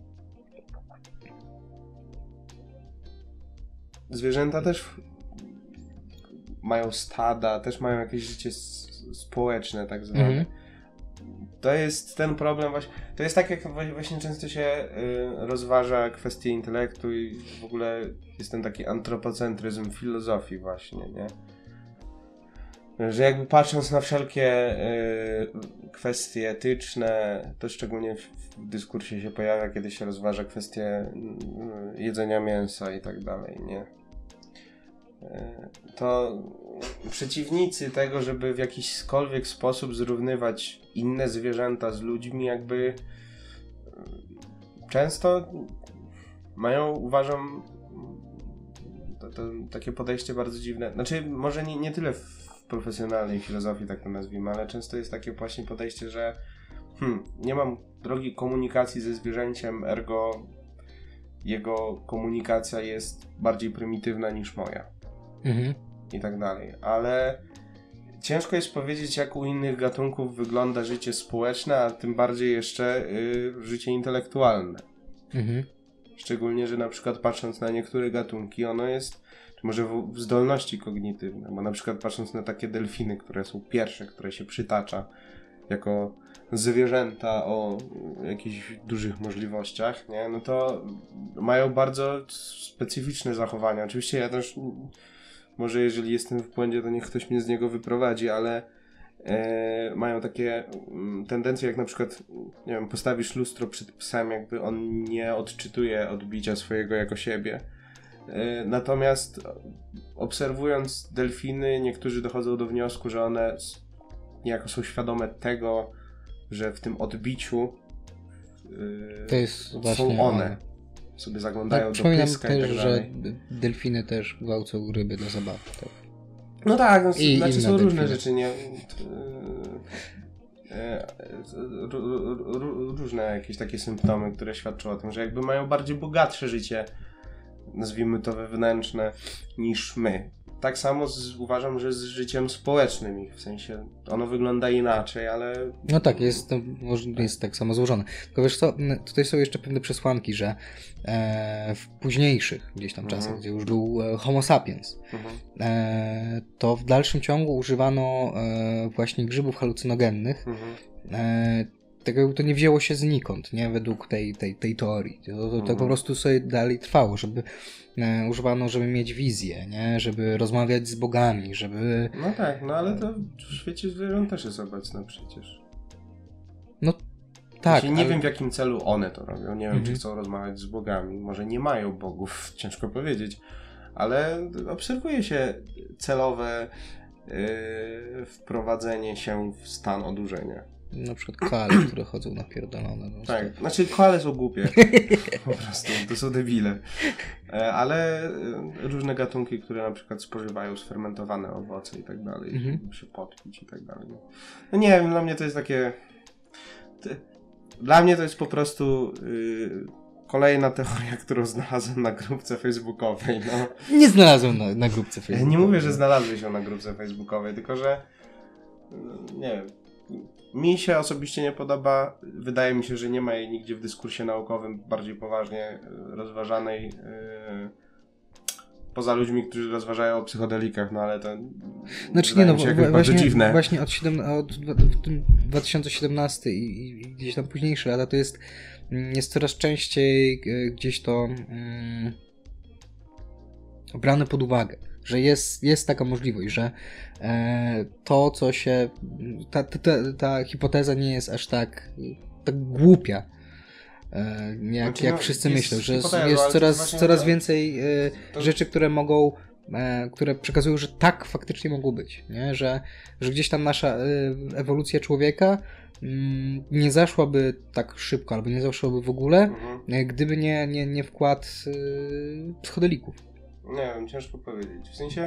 A: Zwierzęta też mają stada, też mają jakieś życie społeczne tak zwane. Mhm. To jest ten problem właśnie, to jest tak jak właśnie często się y, rozważa kwestie intelektu i w ogóle jest ten taki antropocentryzm filozofii właśnie, nie? Że jakby patrząc na wszelkie y, kwestie etyczne, to szczególnie w, w dyskursie się pojawia, kiedy się rozważa kwestie y, jedzenia mięsa i tak dalej, nie? Y, to przeciwnicy tego, żeby w jakiśkolwiek sposób zrównywać inne zwierzęta z ludźmi, jakby y, często mają, uważam, to, to takie podejście bardzo dziwne. Znaczy, może nie, nie tyle w profesjonalnej filozofii, tak to nazwijmy, ale często jest takie właśnie podejście, że hmm, nie mam drogi komunikacji ze zwierzęciem, ergo jego komunikacja jest bardziej prymitywna niż moja.
B: Mhm.
A: I tak dalej. Ale ciężko jest powiedzieć, jak u innych gatunków wygląda życie społeczne, a tym bardziej jeszcze y, życie intelektualne.
B: Mhm.
A: Szczególnie, że na przykład patrząc na niektóre gatunki, ono jest może w, w zdolności kognitywne, bo na przykład patrząc na takie delfiny, które są pierwsze, które się przytacza jako zwierzęta o jakichś dużych możliwościach, nie? No to mają bardzo specyficzne zachowania. Oczywiście ja też, może jeżeli jestem w błędzie, to niech ktoś mnie z niego wyprowadzi, ale e, mają takie m, tendencje, jak na przykład, nie wiem, postawisz lustro przed psem, jakby on nie odczytuje odbicia swojego jako siebie. Natomiast obserwując delfiny, niektórzy dochodzą do wniosku, że one niejako są świadome tego, że w tym odbiciu yy,
B: to jest
A: są
B: właśnie
A: one.
B: one.
A: Sobie zaglądają
B: tak,
A: do pyska
B: też,
A: i tak dalej.
B: że delfiny też gwałcą ryby do zabawy. Tak.
A: No tak, no,
B: I
A: znaczy są
B: delfiny.
A: różne rzeczy, nie? Różne jakieś takie symptomy, które świadczą o tym, że jakby mają bardziej bogatsze życie, nazwijmy to wewnętrzne, niż my. Tak samo z, uważam, że z życiem społecznym ich, w sensie ono wygląda inaczej, ale...
B: No tak, jest, to, jest tak samo złożone. Tylko wiesz co, tutaj są jeszcze pewne przesłanki, że e, w późniejszych gdzieś tam czasach, mhm. gdzie już był Homo sapiens, mhm. e, to w dalszym ciągu używano e, właśnie grzybów halucynogennych. Mhm. E, Tego to nie wzięło się znikąd, nie? Według tej, tej, tej teorii. To, to, to mhm. po prostu sobie dalej trwało, żeby e, używano, żeby mieć wizję, nie? Żeby rozmawiać z bogami, żeby...
A: No tak, no ale to w świecie zwierząt też jest obecne przecież.
B: No tak.
A: Znaczy, nie
B: ale...
A: wiem, w jakim celu one to robią. Nie wiem, mhm. czy chcą rozmawiać z bogami. Może nie mają bogów, ciężko powiedzieć. Ale obserwuje się celowe yy, wprowadzenie się w stan odurzenia.
B: Na przykład koale, które chodzą napierdolone. No
A: tak, to... znaczy koale są głupie. Po prostu, to są debile. Ale różne gatunki, które na przykład spożywają sfermentowane owoce i tak dalej, mhm. żeby się podpić i tak dalej. No nie wiem, dla mnie to jest takie... Dla mnie to jest po prostu yy, kolejna teoria, którą znalazłem na grupce facebookowej. No.
B: Nie znalazłem na, na grupce facebookowej.
A: Ja nie mówię, że znalazłeś ją na grupce facebookowej, tylko że yy, nie wiem. mi się osobiście nie podoba. Wydaje mi się, że nie ma jej nigdzie w dyskursie naukowym bardziej poważnie rozważanej yy, poza ludźmi, którzy rozważają o psychodelikach, no ale to
B: znaczy nie, no
A: się
B: w,
A: właśnie,
B: dziwne. Właśnie od, siedem, od dwa tysiące siedemnasty i, i gdzieś tam późniejsze lata to jest jest coraz częściej gdzieś to mm, brane pod uwagę, że jest, jest taka możliwość, że e, to, co się ta, ta, ta hipoteza nie jest aż tak, tak głupia, e, jak,
A: znaczy,
B: jak
A: no,
B: wszyscy
A: jest
B: myślą, że
A: hipoteza,
B: jest coraz, coraz
A: to,
B: więcej e,
A: to...
B: rzeczy, które mogą e, które przekazują, że tak faktycznie mogło być, nie? Że, że gdzieś tam nasza e, ewolucja człowieka mm, nie zaszłaby tak szybko, albo nie zaszłaby w ogóle, mhm. e, gdyby nie, nie, nie wkład e, psychodelików.
A: Nie wiem, ciężko powiedzieć. W sensie...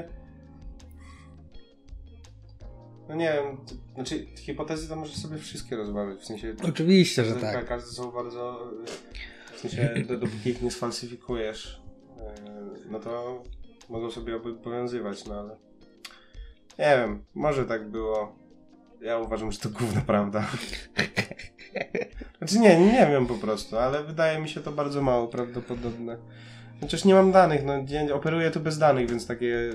A: No nie wiem, to, znaczy hipotezy to możesz sobie wszystkie rozważyć, w sensie...
B: Oczywiście, że tak.
A: Każdy są bardzo... W sensie, dopóki ich nie sfalsyfikujesz, no to mogą sobie obowiązywać, no ale... Nie wiem, może tak było. Ja uważam, że to gówno prawda. Znaczy nie, nie wiem po prostu, ale wydaje mi się to bardzo mało prawdopodobne. Chociaż nie mam danych, no nie, operuję tu bez danych, więc takie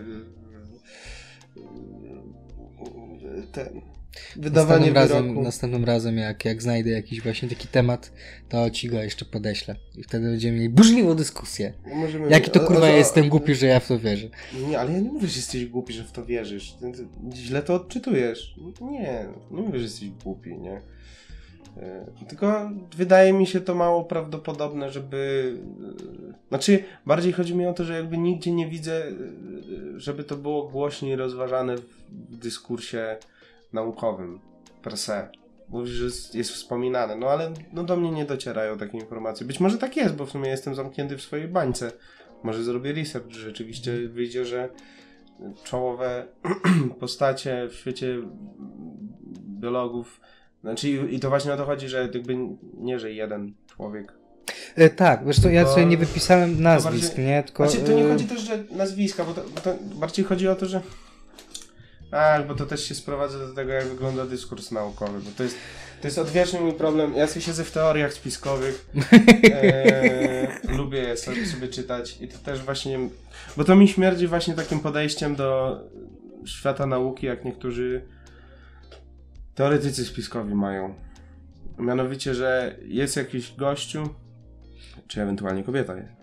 A: ten wydawanie
B: następnym razem,
A: wyroku.
B: następnym razem jak, jak znajdę jakiś właśnie taki temat, to ci go jeszcze podeślę i wtedy będziemy mieli burzliwą dyskusję. Możemy Jaki to kurwa o, o, o, jestem głupi, że ja w to wierzę.
A: Nie, ale ja nie mówię, że jesteś głupi, że w to wierzysz. Źle to odczytujesz. Nie, nie mówię, że jesteś głupi, nie. Tylko wydaje mi się to mało prawdopodobne, żeby... Znaczy, bardziej chodzi mi o to, że jakby nigdzie nie widzę, żeby to było głośniej rozważane w dyskursie naukowym per se. Mówisz, że jest wspominane, no ale no do mnie nie docierają takie informacje. Być może tak jest, bo w sumie jestem zamknięty w swojej bańce. Może zrobię research, że rzeczywiście wyjdzie, że czołowe postacie w świecie biologów. Znaczy i to właśnie o to chodzi, że jakby nie, że jeden człowiek.
B: E, tak, wiesz co, ja sobie nie wypisałem nazwisk, bardziej,
A: nie?
B: Tylko...
A: Znaczy, to nie chodzi też, że nazwiska, bo to, bo to bardziej chodzi o to, że a, bo to też się sprowadza do tego, jak wygląda dyskurs naukowy, bo to jest, to jest odwieczny mój problem. Ja sobie siedzę w teoriach spiskowych, e, lubię je sobie, sobie czytać i to też właśnie, bo to mi śmierdzi właśnie takim podejściem do świata nauki, jak niektórzy teoretycy spiskowi mają. Mianowicie, że jest jakiś gościu, czy ewentualnie kobieta, yy,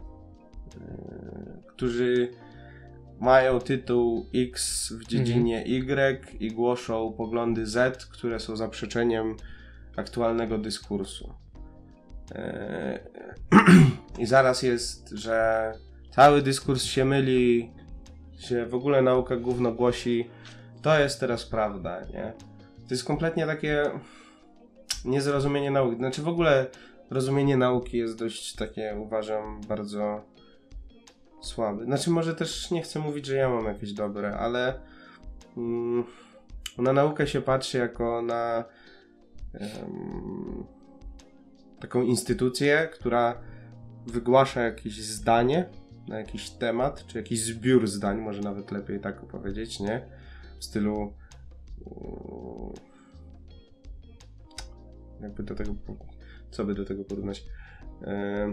A: którzy mają tytuł X w dziedzinie Y i głoszą poglądy Z, które są zaprzeczeniem aktualnego dyskursu. Yy, I zaraz jest, że cały dyskurs się myli, się w ogóle nauka gówno głosi, to jest teraz prawda, nie? To jest kompletnie takie niezrozumienie nauki. Znaczy w ogóle rozumienie nauki jest dość takie, uważam, bardzo słabe. Znaczy może też nie chcę mówić, że ja mam jakieś dobre, ale mm, na naukę się patrzy jako na um, taką instytucję, która wygłasza jakieś zdanie na jakiś temat, czy jakiś zbiór zdań, może nawet lepiej tak powiedzieć, nie? W stylu jakby do tego, co by do tego porównać? Yy,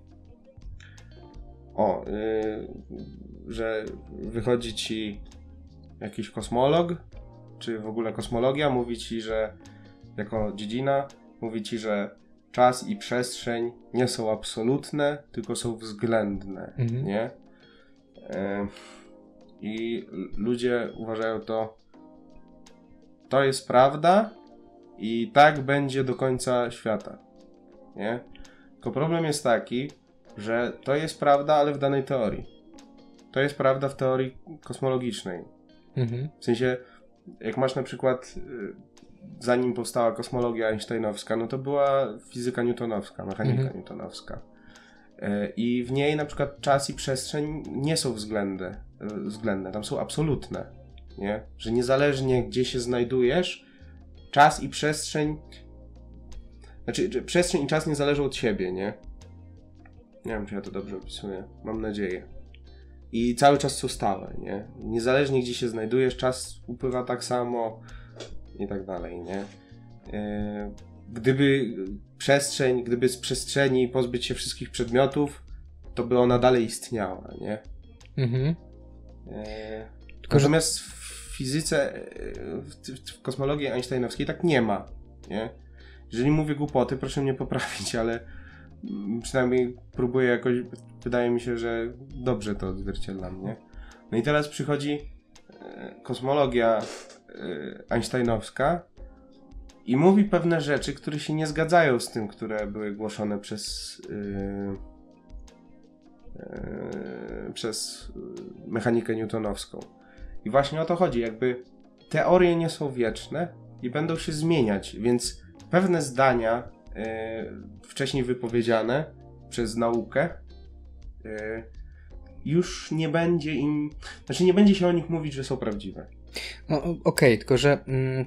A: o, yy, że wychodzi ci jakiś kosmolog, czy w ogóle kosmologia, mówi ci, że jako dziedzina, mówi ci, że czas i przestrzeń nie są absolutne, tylko są względne, mhm. nie? Yy, I ludzie uważają to, to jest prawda i tak będzie do końca świata, nie? Tylko problem jest taki, że to jest prawda, ale w danej teorii. To jest prawda w teorii kosmologicznej. Mhm. W sensie, jak masz na przykład, zanim powstała kosmologia einsteinowska, no to była fizyka newtonowska, mechanika mhm. newtonowska. I w niej na przykład czas i przestrzeń nie są względne, względne, tam są absolutne, nie? Że niezależnie gdzie się znajdujesz, czas i przestrzeń, znaczy przestrzeń i czas nie zależą od siebie, nie? Nie wiem, czy ja to dobrze opisuję, mam nadzieję. I cały czas są stałe, nie? Niezależnie gdzie się znajdujesz, czas upływa tak samo i tak dalej, nie? gdyby przestrzeń, gdyby z przestrzeni pozbyć się wszystkich przedmiotów, to by ona dalej istniała, nie? Mhm. E, natomiast w fizyce, w, w kosmologii einsteinowskiej tak nie ma, nie? Jeżeli mówię głupoty, proszę mnie poprawić, ale przynajmniej próbuję jakoś, wydaje mi się, że dobrze to odzwierciedlam, nie? No i teraz przychodzi kosmologia einsteinowska i mówi pewne rzeczy, które się nie zgadzają z tym, które były głoszone przez yy, yy, przez mechanikę newtonowską. I właśnie o to chodzi, jakby teorie nie są wieczne i będą się zmieniać, więc pewne zdania yy, wcześniej wypowiedziane przez naukę yy, już nie będzie im, znaczy nie będzie się o nich mówić, że są prawdziwe.
B: No okej, okay, tylko że mm,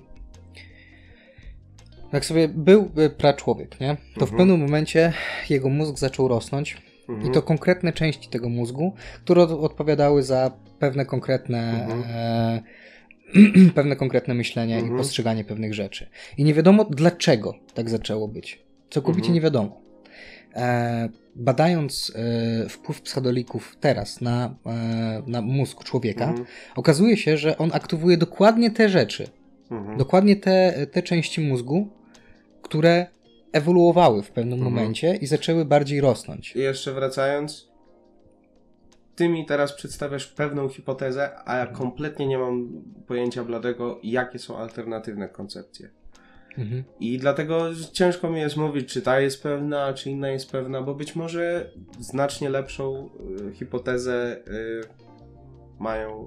B: jak sobie był praczłowiek, nie? To mhm. w pewnym momencie jego mózg zaczął rosnąć mhm. i to konkretne części tego mózgu, które odpowiadały za pewne konkretne mhm. e, pewne konkretne myślenie mhm. i postrzeganie pewnych rzeczy. I nie wiadomo dlaczego tak zaczęło być. Całkowicie mhm. nie wiadomo. E, badając e, wpływ psychodelików teraz na, e, na mózg człowieka, mhm. okazuje się, że on aktywuje dokładnie te rzeczy. Mhm. Dokładnie te, te części mózgu, które ewoluowały w pewnym mhm. momencie i zaczęły bardziej rosnąć.
A: I jeszcze wracając, ty mi teraz przedstawiasz pewną hipotezę, a ja kompletnie nie mam pojęcia bladego, jakie są alternatywne koncepcje. Mhm. I dlatego ciężko mi jest mówić, czy ta jest pewna, czy inna jest pewna, bo być może znacznie lepszą y, hipotezę y, mają,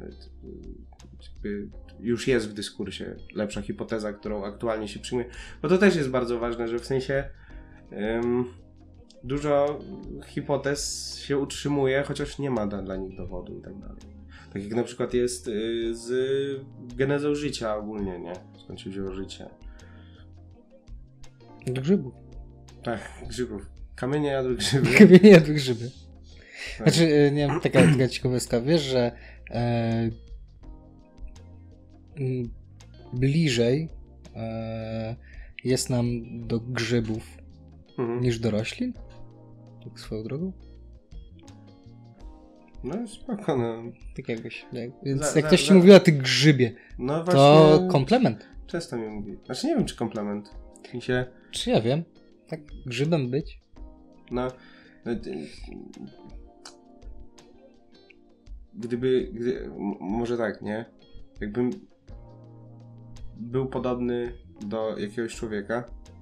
A: y, już jest w dyskursie lepsza hipoteza, którą aktualnie się przyjmuje, bo to też jest bardzo ważne, że w sensie ym, dużo hipotez się utrzymuje, chociaż nie ma da, dla nich dowodu i tak dalej. Tak jak na przykład jest y, z genezą życia ogólnie, nie? Skąd się wzięło życie?
B: Grzybów.
A: Tak, grzybów. Kamienie jadły grzyby.
B: Kamienie jadły grzyby. Tak. Znaczy, nie wiem, taka, taka ciekawostka, wiesz, że e, m, bliżej e, jest nam do grzybów mhm. niż do roślin? Tak swoją drogą?
A: No spoko, no.
B: Tak jakbyś, jak, więc za, jak ktoś za, ci za... mówił o tych grzybie, no właśnie, to komplement.
A: Często mi mówi. Znaczy nie wiem, czy komplement. Mi się...
B: Czy ja wiem? Tak grzybem być?
A: No... Gdyby... Gdy, może tak, nie? Jakbym był podobny do jakiegoś człowieka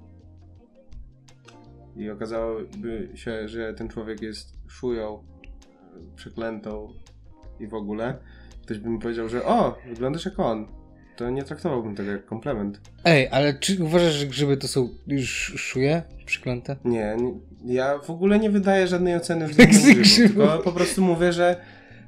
A: i okazałoby się, że ten człowiek jest szują, przeklętą i w ogóle, ktoś by mi powiedział, że o, wyglądasz jak on, to nie traktowałbym tego jak komplement.
B: Ej, ale czy uważasz, że grzyby to są już szuje przeklęte?
A: Nie, nie, ja w ogóle nie wydaję żadnej oceny względem grzybów, tylko po prostu mówię, że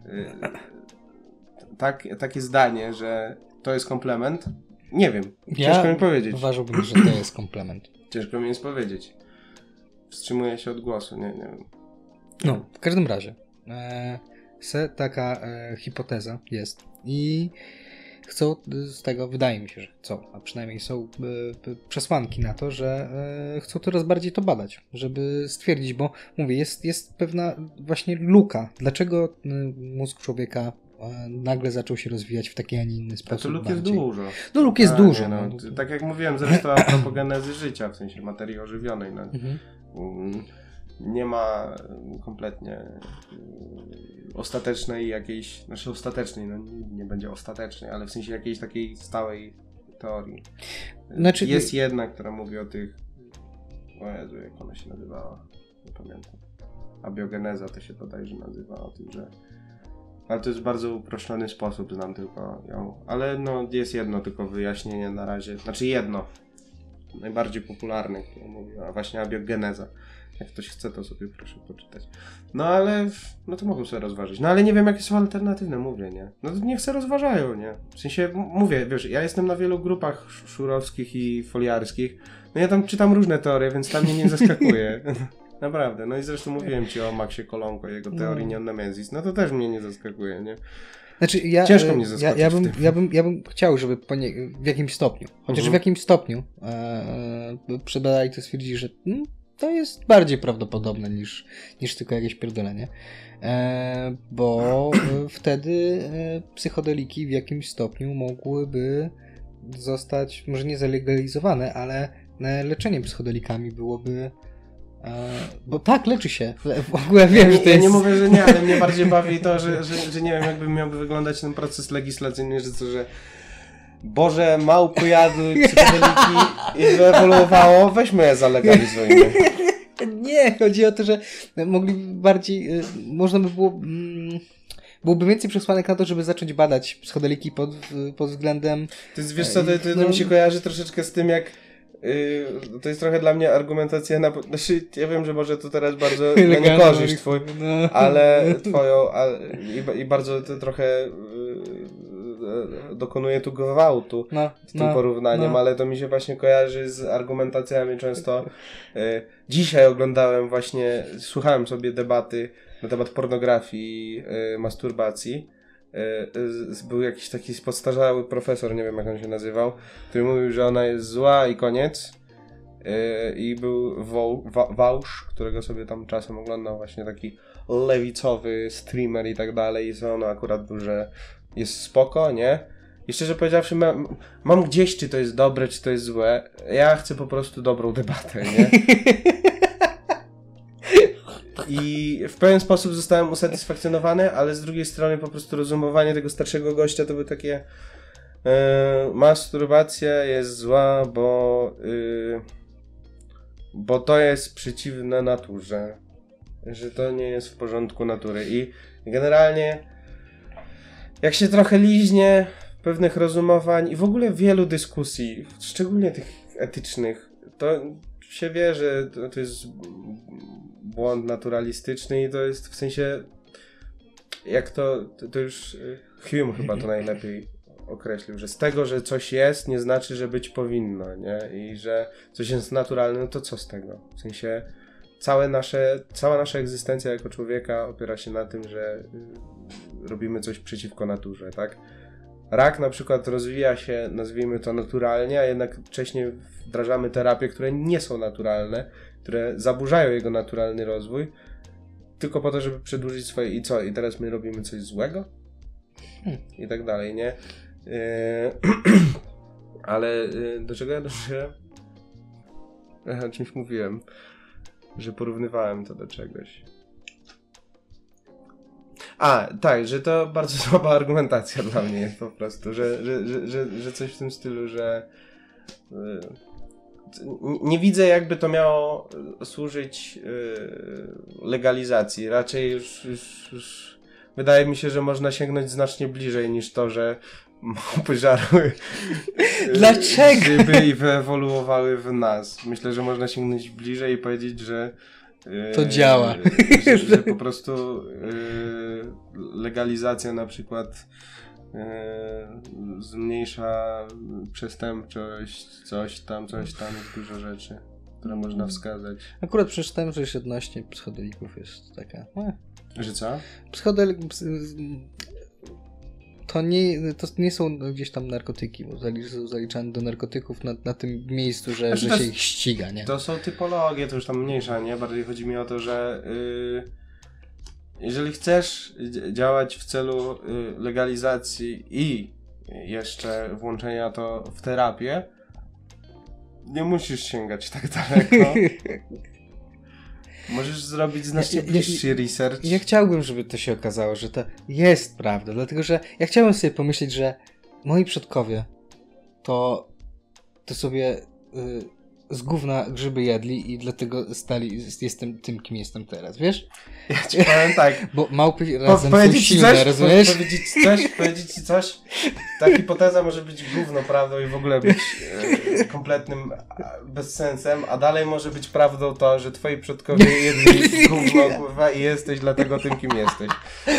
A: y, tak, takie zdanie, że to jest komplement, nie wiem, ciężko
B: ja
A: mi powiedzieć.
B: Uważałbym, że to jest komplement.
A: Ciężko mi jest powiedzieć. Wstrzymuję się od głosu, nie, nie wiem.
B: No, w każdym razie e, se taka e, hipoteza jest i chcą z tego, wydaje mi się, że chcą, a przynajmniej są e, przesłanki na to, że e, chcą coraz bardziej to badać, żeby stwierdzić, bo mówię, jest, jest pewna właśnie luka, dlaczego e, mózg człowieka e, nagle zaczął się rozwijać w taki, a nie inny sposób. A to
A: luk jest dużo.
B: No luk jest a, dużo.
A: Nie, no, no. Tak jak mówiłem, zresztą a propos genezy życia, w sensie materii ożywionej. No. Mhm. Um, nie ma kompletnie yy, ostatecznej jakiejś, znaczy ostatecznej, no nie będzie ostatecznej, ale w sensie jakiejś takiej stałej teorii. Znaczy, jest jedna, która mówi o tych, o Jezu, jak ona się nazywała, nie pamiętam. Abiogeneza to się bodajże nazywa, o tym, że ale to jest bardzo uproszczony sposób, znam tylko ją, ale no jest jedno tylko wyjaśnienie na razie, znaczy jedno, najbardziej popularne, które mówi, a właśnie abiogeneza. Jak ktoś chce, to sobie proszę poczytać. No ale, no to mogą sobie rozważyć. No ale nie wiem, jakie są alternatywne, mówię, nie? No to niech se rozważają, nie? W sensie, m- mówię, wiesz, ja jestem na wielu grupach szurowskich i foliarskich. No ja tam czytam różne teorie, więc tam mnie nie zaskakuje. Naprawdę. No i zresztą mówiłem ci o Maxie Kolonko i jego teorii neonemezis. No to też mnie nie zaskakuje, nie?
B: Znaczy, ja,
A: Ciężko mnie
B: ja,
A: zaskoczyć
B: ja, bym,
A: w tym.
B: ja, bym, ja bym chciał, żeby po nie, w jakimś stopniu, chociaż
A: Mhm.
B: w jakimś stopniu e, e, przebadali to stwierdzili, że mm, to jest bardziej prawdopodobne niż, niż tylko jakieś pierdolenie. E, bo e, wtedy e, psychodeliki w jakimś stopniu mogłyby zostać, może nie zalegalizowane, ale e, leczenie psychodelikami byłoby e, bo tak, leczy się. W ogóle wiem, że to
A: ja
B: jest...
A: nie mówię, że nie, ale mnie bardziej bawi to, że, że, że nie wiem, jakby miałby wyglądać ten proces legislacyjny, że to, że Boże, małpy jadły psychodeliki i wyewoluowało, weźmy je zalegalizujmy.
B: Nie, chodzi o to, że mogli bardziej, można by było, mm, byłoby więcej przesłanek na to, żeby zacząć badać psychodeliki pod, pod względem...
A: To jest, wiesz co, to, to, to
B: no,
A: mi się kojarzy troszeczkę z tym, jak yy, to jest trochę dla mnie argumentacja na... Znaczy, ja wiem, że może to teraz bardzo na niekorzyść twój,
B: no.
A: ale twoją, a, i, i bardzo to trochę yy, dokonuje tu gwałtu
B: no,
A: z tym
B: no,
A: porównaniem,
B: no.
A: ale to mi się właśnie kojarzy z argumentacjami często. Yy, dzisiaj oglądałem właśnie, słuchałem sobie debaty na temat pornografii, yy, masturbacji. Yy, był jakiś taki podstarzały profesor, nie wiem jak on się nazywał, który mówił, że ona jest zła i koniec. Yy, I był Woł, Wa, Wałsz, którego sobie tam czasem oglądał, właśnie taki lewicowy streamer i tak dalej, i co on akurat był, że jest spoko, nie? I szczerze powiedziawszy, mam, mam gdzieś, czy to jest dobre, czy to jest złe. Ja chcę po prostu dobrą debatę, nie? I w pewien sposób zostałem usatysfakcjonowany, ale z drugiej strony po prostu rozumowanie tego starszego gościa to było takie e, masturbacja jest zła, bo e, bo to jest przeciwne naturze, że to nie jest w porządku natury. I generalnie jak się trochę liźnie pewnych rozumowań i w ogóle wielu dyskusji, szczególnie tych etycznych, to się wie, że to, to jest błąd naturalistyczny i to jest w sensie, jak to, to, to już Hume chyba to najlepiej określił, że z tego, że coś jest, nie znaczy, że być powinno, nie? I że coś jest naturalne, no to co z tego? W sensie całe nasze, cała nasza egzystencja jako człowieka opiera się na tym, że y, robimy coś przeciwko naturze, tak? Rak na przykład rozwija się, nazwijmy to naturalnie, a jednak wcześniej wdrażamy terapie, które nie są naturalne, które zaburzają jego naturalny rozwój, tylko po to, żeby przedłużyć swoje... I co? I teraz my robimy coś złego? Hmm. I tak dalej, nie? Yy... Ale yy, do czego ja doszedłem? Ja o czymś mówiłem, że porównywałem to do czegoś. A, tak, że to bardzo słaba argumentacja dla mnie jest po prostu, że, że, że, że, że coś w tym stylu, że yy, nie widzę jakby to miało służyć yy, legalizacji, raczej już, już, już wydaje mi się, że można sięgnąć znacznie bliżej niż to, że małpy żarły
B: Dlaczego?
A: grzyby i wyewoluowały w nas. Myślę, że można sięgnąć bliżej i powiedzieć, że
B: to działa.
A: Że, że po prostu yy, legalizacja na przykład yy, zmniejsza przestępczość, coś tam, coś tam, jest dużo rzeczy, które można wskazać.
B: Akurat przestępczość odnośnie psychodelików jest taka... Eh.
A: Że co?
B: Psychodelik... To nie, to nie są gdzieś tam narkotyki, bo są zaliczane do narkotyków na, na tym miejscu, że,
A: znaczy,
B: że
A: to,
B: się ich ściga, nie?
A: To są typologie, to już tam mniejsza, nie? Bardziej chodzi mi o to, że yy, jeżeli chcesz działać w celu yy, legalizacji i jeszcze włączenia to w terapię, nie musisz sięgać tak daleko. Możesz zrobić znacznie bliższy research.
B: Ja chciałbym, żeby to się okazało, że to jest prawda, dlatego że ja chciałbym sobie pomyśleć, że moi przodkowie to, to sobie y, z gówna grzyby jedli i dlatego stali, jestem tym, kim jestem teraz, wiesz?
A: Ja ci powiem tak.
B: Bo małpy razem
A: po,
B: są silne,
A: coś,
B: rozumiesz?
A: Po, powiedzieć ci coś, powiedzieć ci coś. Ta hipoteza może być gówno prawdą i w ogóle być e, kompletnym bezsensem, a dalej może być prawdą to, że twoi przodkowie jedli gówno, kurwa, i jesteś dlatego tym, kim jesteś.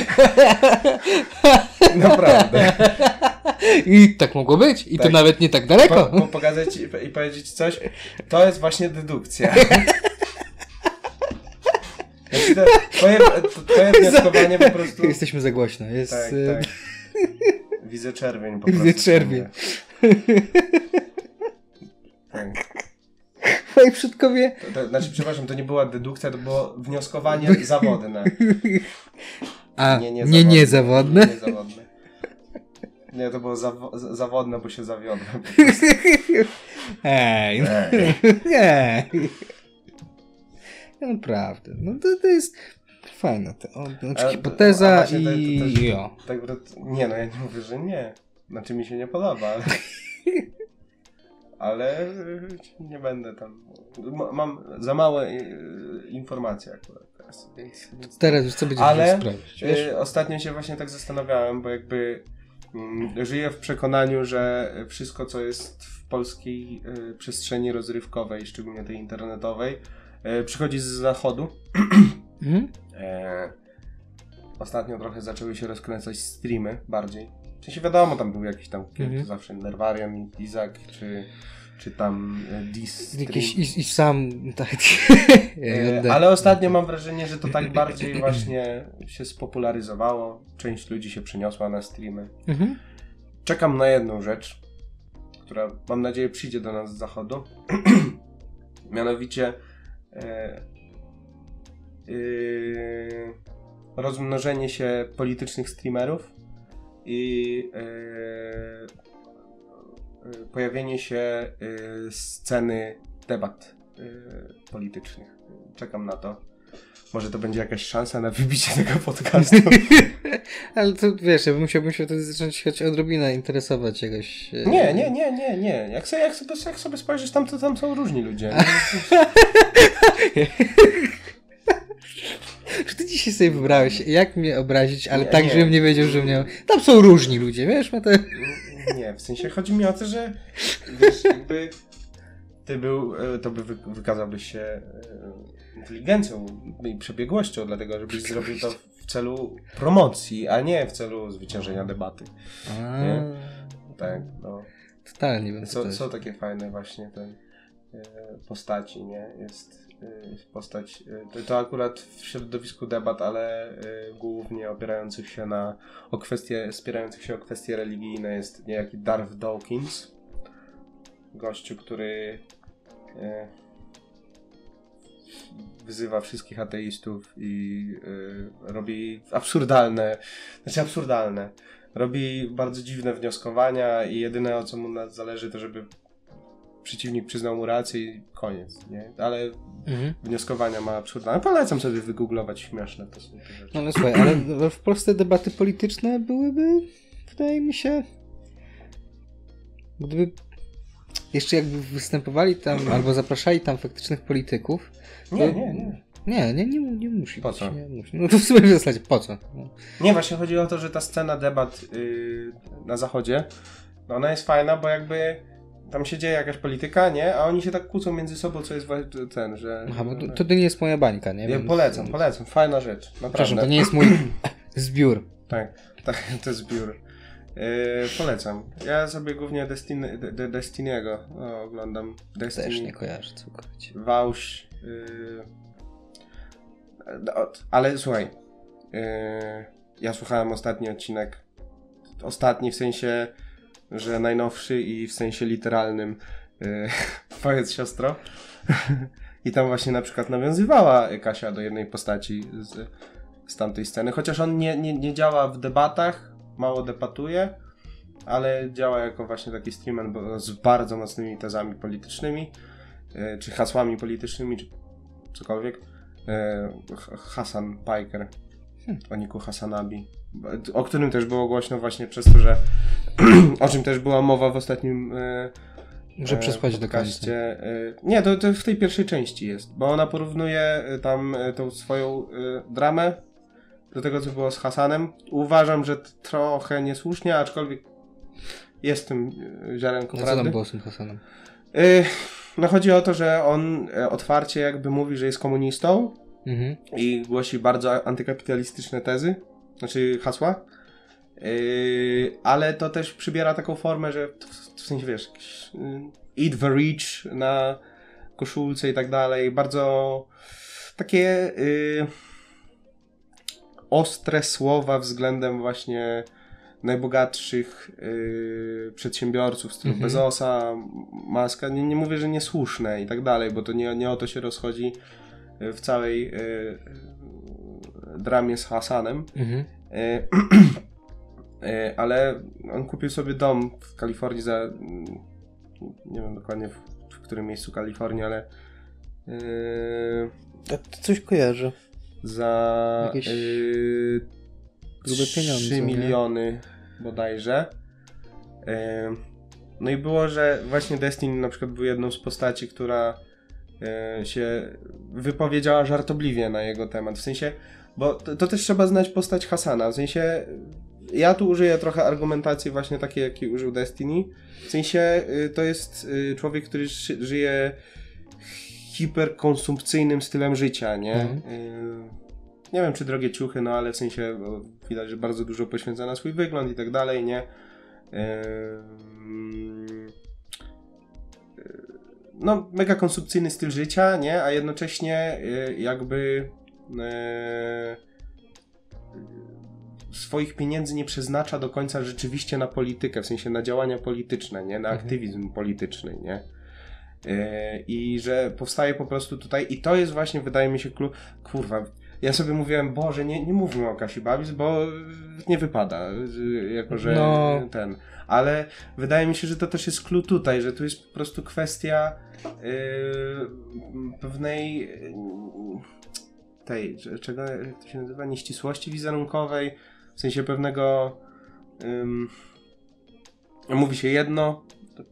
A: Naprawdę.
B: I tak mogło być. I tak. To nawet nie tak daleko.
A: Po, po, pokazać ci i powiedzieć ci coś. To jest właśnie dedukcja. Znaczy to, twoje, twoje wnioskowanie po prostu...
B: Jesteśmy za głośno. Jest...
A: Tak, tak. Widzę czerwień po prostu.
B: Widzę czerwień.
A: Tak.
B: Moi przodkowie...
A: To, to, znaczy, przepraszam, to nie była dedukcja, to było wnioskowanie zawodne.
B: A, nie nie, nie zawodne?
A: Nie, nie zawodne. Nie, to było zawo- zawodne, bo się zawiodłem.
B: Ej, Ej. Nie. Naprawdę. No to, to jest fajna to, znaczy
A: a,
B: hipoteza
A: a i... To, to też,
B: jo.
A: Tak, nie, no ja nie mówię, że nie. Znaczy mi się nie podoba, ale... ale nie będę tam... Mam za małe informacje akurat teraz. Więc, więc...
B: Teraz już co będziesz
A: ale
B: sprawdzić, wiesz?
A: Y, ostatnio się właśnie tak zastanawiałem, bo jakby y, żyję w przekonaniu, że wszystko, co jest w polskiej y, przestrzeni rozrywkowej, szczególnie tej internetowej, y, przychodzi z zachodu.
B: Mhm.
A: E, ostatnio trochę zaczęły się rozkręcać streamy bardziej. W sensie wiadomo, tam był jakiś tam mhm. zawsze Nerwarian i Izak, czy, czy tam Dis.
B: Jakiś i, i sam tak.
A: e, ale ostatnio mam wrażenie, że to tak bardziej właśnie się spopularyzowało. Część ludzi się przeniosła na streamy. Mhm. Czekam na jedną rzecz, która mam nadzieję przyjdzie do nas z zachodu. Mianowicie e, Yy, rozmnożenie się politycznych streamerów i yy, yy, pojawienie się yy, sceny debat yy, politycznych. Czekam na to. Może to będzie jakaś szansa na wybicie tego podcastu.
B: Ale to wiesz, ja bym musiałbym się wtedy zacząć choć odrobinę interesować czegoś. Yy...
A: Nie, nie, nie, nie, nie. Jak sobie, jak sobie, jak sobie spojrzysz tam, to tam są różni ludzie.
B: Że ty dzisiaj sobie wybrałeś, jak mnie obrazić, ale
A: nie,
B: tak,
A: nie.
B: żebym nie wiedział, że mnie... Tam są różni ludzie, wiesz? Ma to...
A: Nie, w sensie chodzi mi o to, że wiesz, jakby ty był, to by wykazałbyś się inteligencją i przebiegłością, dlatego żebyś zrobił to w celu promocji, a nie w celu zwyciężenia debaty. Nie? Tak, no.
B: Totalnie bym
A: są, są takie fajne właśnie te postaci, nie? Jest postać, to, to akurat w środowisku debat, ale y, głównie opierających się na o kwestie, spierających się o kwestie religijne jest niejaki Darth Dawkins, gościu, który y, wyzywa wszystkich ateistów i y, robi absurdalne, znaczy absurdalne, robi bardzo dziwne wnioskowania i jedyne, o co mu zależy, to żeby przeciwnik przyznał mu rację i koniec, nie? Ale mhm. wnioskowania ma absurdalne. Polecam sobie wygooglować, śmieszne to są te rzeczy.
B: No, no słuchaj, ale w Polsce debaty polityczne byłyby, wydaje mi się, gdyby jeszcze jakby występowali tam, albo zapraszali tam faktycznych polityków.
A: Nie, to... nie, nie.
B: Nie, nie, nie, nie musi.
A: Po co?
B: Nie musi. No to w sumie w zasadzie po co? No.
A: Nie, właśnie chodzi o to, że ta scena debat yy, na zachodzie, no ona jest fajna, bo jakby tam się dzieje jakaś polityka, nie? A oni się tak kłócą między sobą, co jest ten, że...
B: Aha, bo to, to nie jest moja bańka, nie?
A: Ja Więc... polecam, polecam. Fajna rzecz. Naprawdę.
B: Przepraszam, to nie jest mój zbiór.
A: Tak, tak, to jest zbiór. Yy, polecam. Ja sobie głównie Destiny, de, de, Destiny'ego o, oglądam. Destiny,
B: Też nie kojarzę całkowicie.
A: Wałś. Yy... Ale słuchaj, yy... ja słuchałem ostatni odcinek. Ostatni w sensie, że najnowszy i w sensie literalnym. Yy... Powiedz, siostro. I tam właśnie na przykład nawiązywała Kasia do jednej postaci z, z tamtej sceny. Chociaż on nie, nie, nie działa w debatach, mało debatuje, ale działa jako właśnie taki streamer z bardzo mocnymi tezami politycznymi, yy, czy hasłami politycznymi, czy cokolwiek. Yy, Hasan Piker, hmm. o niku Hasanabi, o którym też było głośno właśnie przez to, że o czym też była mowa w ostatnim yy,
B: Muszę przesłać do końca.
A: Nie, to, to w tej pierwszej części jest, bo ona porównuje tam tą swoją dramę do tego, co było z Hasanem. Uważam, że trochę niesłusznie, aczkolwiek jest w tym ziarenko prawdy.
B: A co tam było z tym Hasanem?
A: No chodzi o to, że on otwarcie jakby mówi, że jest komunistą mhm. i głosi bardzo antykapitalistyczne tezy, znaczy hasła, ale to też przybiera taką formę, że w sensie wiesz, eat the rich na koszulce i tak dalej, bardzo takie y, ostre słowa względem właśnie najbogatszych yy, przedsiębiorców, w stylu
B: Mhm.
A: Bezosa, Muska. Nie, nie mówię, że niesłuszne i tak dalej, bo to nie, nie o to się rozchodzi w całej yy, dramie z Hassanem.
B: Mhm.
A: Yy, yy, ale on kupił sobie dom w Kalifornii za, yy, nie wiem dokładnie w, w którym miejscu Kalifornii, ale yy,
B: Coś kojarzę.
A: za
B: Jakieś
A: yy,
B: grube pieniądze,
A: trzy
B: nie?
A: miliony bodajże. Yy, no i było, że właśnie Destiny na przykład był jedną z postaci, która yy, się wypowiedziała żartobliwie na jego temat. W sensie, bo to, to też trzeba znać postać Hassana. W sensie, ja tu użyję trochę argumentacji właśnie takiej, jakiej użył Destiny. W sensie, yy, to jest yy, człowiek, który ży- żyje hiperkonsumpcyjnym stylem życia, nie?
B: Mhm.
A: Yy, nie wiem, czy drogie ciuchy, no ale w sensie bo widać, że bardzo dużo poświęca na swój wygląd i tak dalej, nie? Yy, no, mega konsumpcyjny styl życia, nie? A jednocześnie yy, jakby yy, swoich pieniędzy nie przeznacza do końca rzeczywiście na politykę, w sensie na działania polityczne, nie? Na
B: Mhm.
A: aktywizm polityczny, nie? I że powstaje po prostu tutaj i to jest właśnie, wydaje mi się, klucz. Kurwa, ja sobie mówiłem, Boże, nie, nie mówmy o Kasi Babis, bo nie wypada, jako że
B: No.
A: ten, ale wydaje mi się, że to też jest klucz tutaj, że tu jest po prostu kwestia yy, pewnej yy, tej, czego, jak to się nazywa, nieścisłości wizerunkowej, w sensie pewnego yy, mówi się jedno,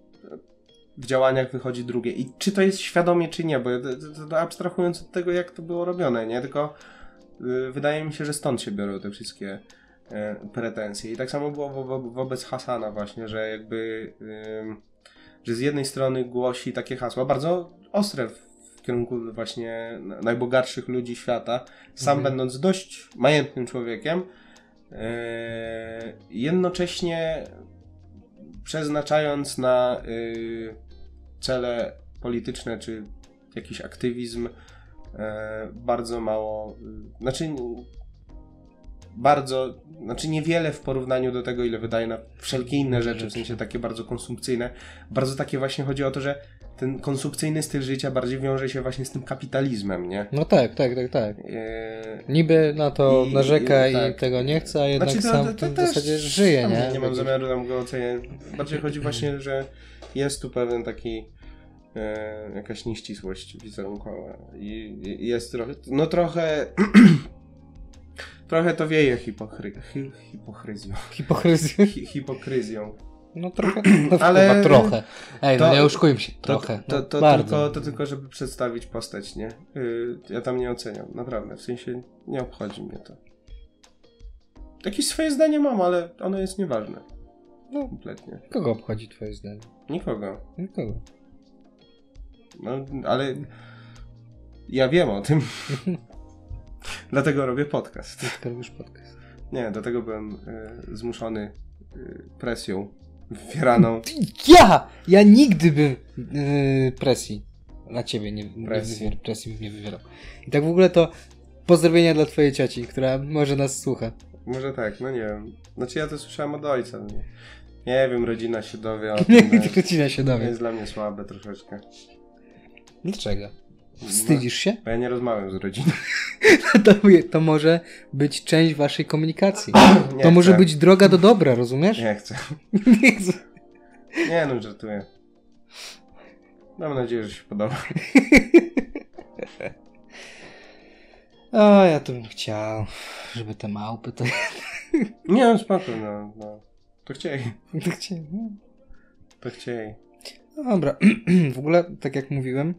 A: w działaniach wychodzi drugie. I czy to jest świadomie, czy nie, bo to, to, to abstrahując od tego, jak to było robione, nie? Tylko yy, wydaje mi się, że stąd się biorą te wszystkie yy, pretensje. I tak samo było wo, wo, wobec Hassana właśnie, że jakby yy, że z jednej strony głosi takie hasła, bardzo ostre w, w kierunku właśnie najbogatszych ludzi świata, sam
B: Mhm.
A: będąc dość majętnym człowiekiem, yy, jednocześnie przeznaczając na yy, cele polityczne czy jakiś aktywizm e, bardzo mało, y, znaczy bardzo, znaczy niewiele w porównaniu do tego, ile wydaje na wszelkie inne rzeczy, w sensie takie bardzo konsumpcyjne. Bardzo takie właśnie chodzi o to, że ten konsumpcyjny styl życia bardziej wiąże się właśnie z tym kapitalizmem, nie?
B: No tak, tak, tak, tak.
A: E,
B: Niby na to
A: i-
B: narzeka i,
A: i tak.
B: tego nie chce, a jednak
A: Znaczy, to-
B: sam
A: to-
B: w
A: to
B: tym w
A: też
B: zasadzie żyje,
A: tam
B: nie?
A: Nie mam zamiaru tam go oceniać. Bardziej chodzi właśnie, że jest tu pewien taki e, jakaś nieścisłość wizerunkowa i, i jest trochę, no trochę trochę to wieje hipokry, hi, hipokryzją.
B: Hipokryzja.
A: Hi, hipokryzją.
B: No trochę, no
A: Ale
B: chyba trochę. Ej,
A: to-
B: no nie oszukujmy się,
A: To,
B: trochę.
A: to,
B: no,
A: to,
B: bardzo.
A: tylko, to tylko, żeby przedstawić postać, nie? Yy, ja tam nie oceniam, naprawdę. W sensie nie obchodzi mnie to. Jakieś swoje zdanie mam, ale ono jest nieważne.
B: No.
A: Kompletnie.
B: Kogo obchodzi twoje zdanie?
A: Nikogo.
B: Nikogo.
A: No, ale ja wiem o tym. Dlatego robię podcast.
B: Tylko robisz podcast.
A: Nie, do tego byłem y, zmuszony y, presją wywieraną.
B: Ja! Ja nigdy bym yy, presji na ciebie nie, nie
A: Presji.
B: wywier- presji bym nie wywierał. I tak w ogóle to pozdrowienia dla twojej cioci, która może nas słucha.
A: Może tak, no nie wiem. Znaczy ja to słyszałem od ojca. No nie. nie wiem, rodzina się dowie o tym.
B: Nie,
A: no,
B: rodzina się
A: to
B: dowie.
A: jest dla mnie słabe troszeczkę.
B: Dlaczego? Wstydzisz się?
A: Bo ja nie rozmawiam z rodziną.
B: To, to może być część waszej komunikacji.
A: Nie
B: To może
A: chcę.
B: być droga do dobra, rozumiesz?
A: Nie chcę.
B: Nie chcę.
A: Nie no, żartuję. Mam nadzieję, że się podoba.
B: O, ja to bym chciał, żeby te małpy to...
A: Nie no, spoko, no, no. To chcieli.
B: to chciałem. no.
A: To chcieli.
B: No dobra, w ogóle, tak jak mówiłem,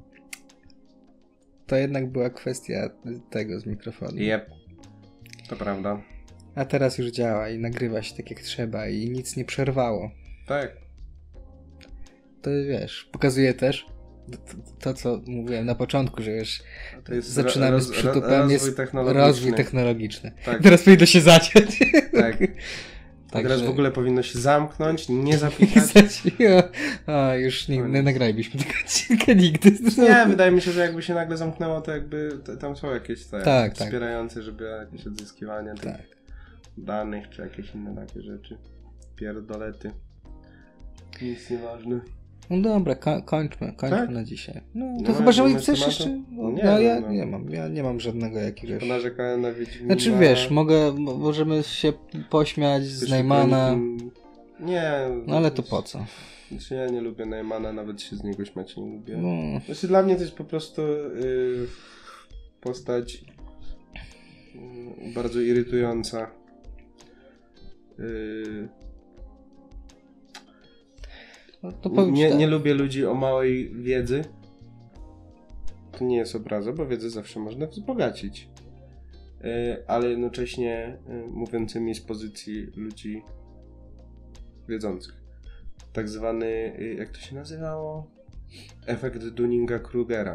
B: to jednak była kwestia tego z mikrofonem.
A: Jep. To prawda.
B: A teraz już działa i nagrywa się tak jak trzeba i nic nie przerwało.
A: Tak.
B: To wiesz, pokazuje też to, to co mówiłem na początku, że już
A: To jest
B: zaczynamy
A: roz-
B: z przytupem,
A: rozwój
B: jest
A: technologiczny.
B: rozwój technologiczny.
A: Tak.
B: Teraz powinno się zaciąć.
A: Tak.
B: Także-
A: Teraz w ogóle powinno się zamknąć, nie zapikać.
B: A, już nie, nie
A: Koniec.
B: nagralibyśmy tego odcinka nigdy.
A: Nie, wydaje mi się, że jakby się nagle zamknęło, to jakby to, tam są jakieś te
B: Tak, tak.
A: wspierające, żeby jakieś odzyskiwanie tych
B: Tak.
A: danych, czy jakieś inne takie rzeczy. Pierdolety. Nic nieważne.
B: No dobra, ko- kończmy, kończmy
A: tak?
B: na dzisiaj. No to
A: No,
B: chyba, że
A: mamy
B: chcesz
A: tematu?
B: jeszcze... No,
A: Nie,
B: no
A: no,
B: ja
A: no.
B: nie mam, ja nie mam żadnego jakiegoś...
A: Ponarzekałem na Wiedźmina.
B: Znaczy wiesz, mogę, mo- możemy się pośmiać z Neymana,
A: Nie.
B: no ale to po co?
A: Znaczy ja nie lubię Neymana, nawet się z niego śmiać nie lubię.
B: No.
A: Znaczy dla mnie to jest po prostu yy, postać yy, bardzo irytująca. Yy,
B: No to powiem
A: nie,
B: tak.
A: nie lubię ludzi o małej wiedzy. To nie jest obraza, bo wiedzę zawsze można wzbogacić. Yy, ale jednocześnie yy, mówiącymi z pozycji ludzi wiedzących. Tak zwany, yy, jak to się nazywało? Efekt Dunninga-Krugera.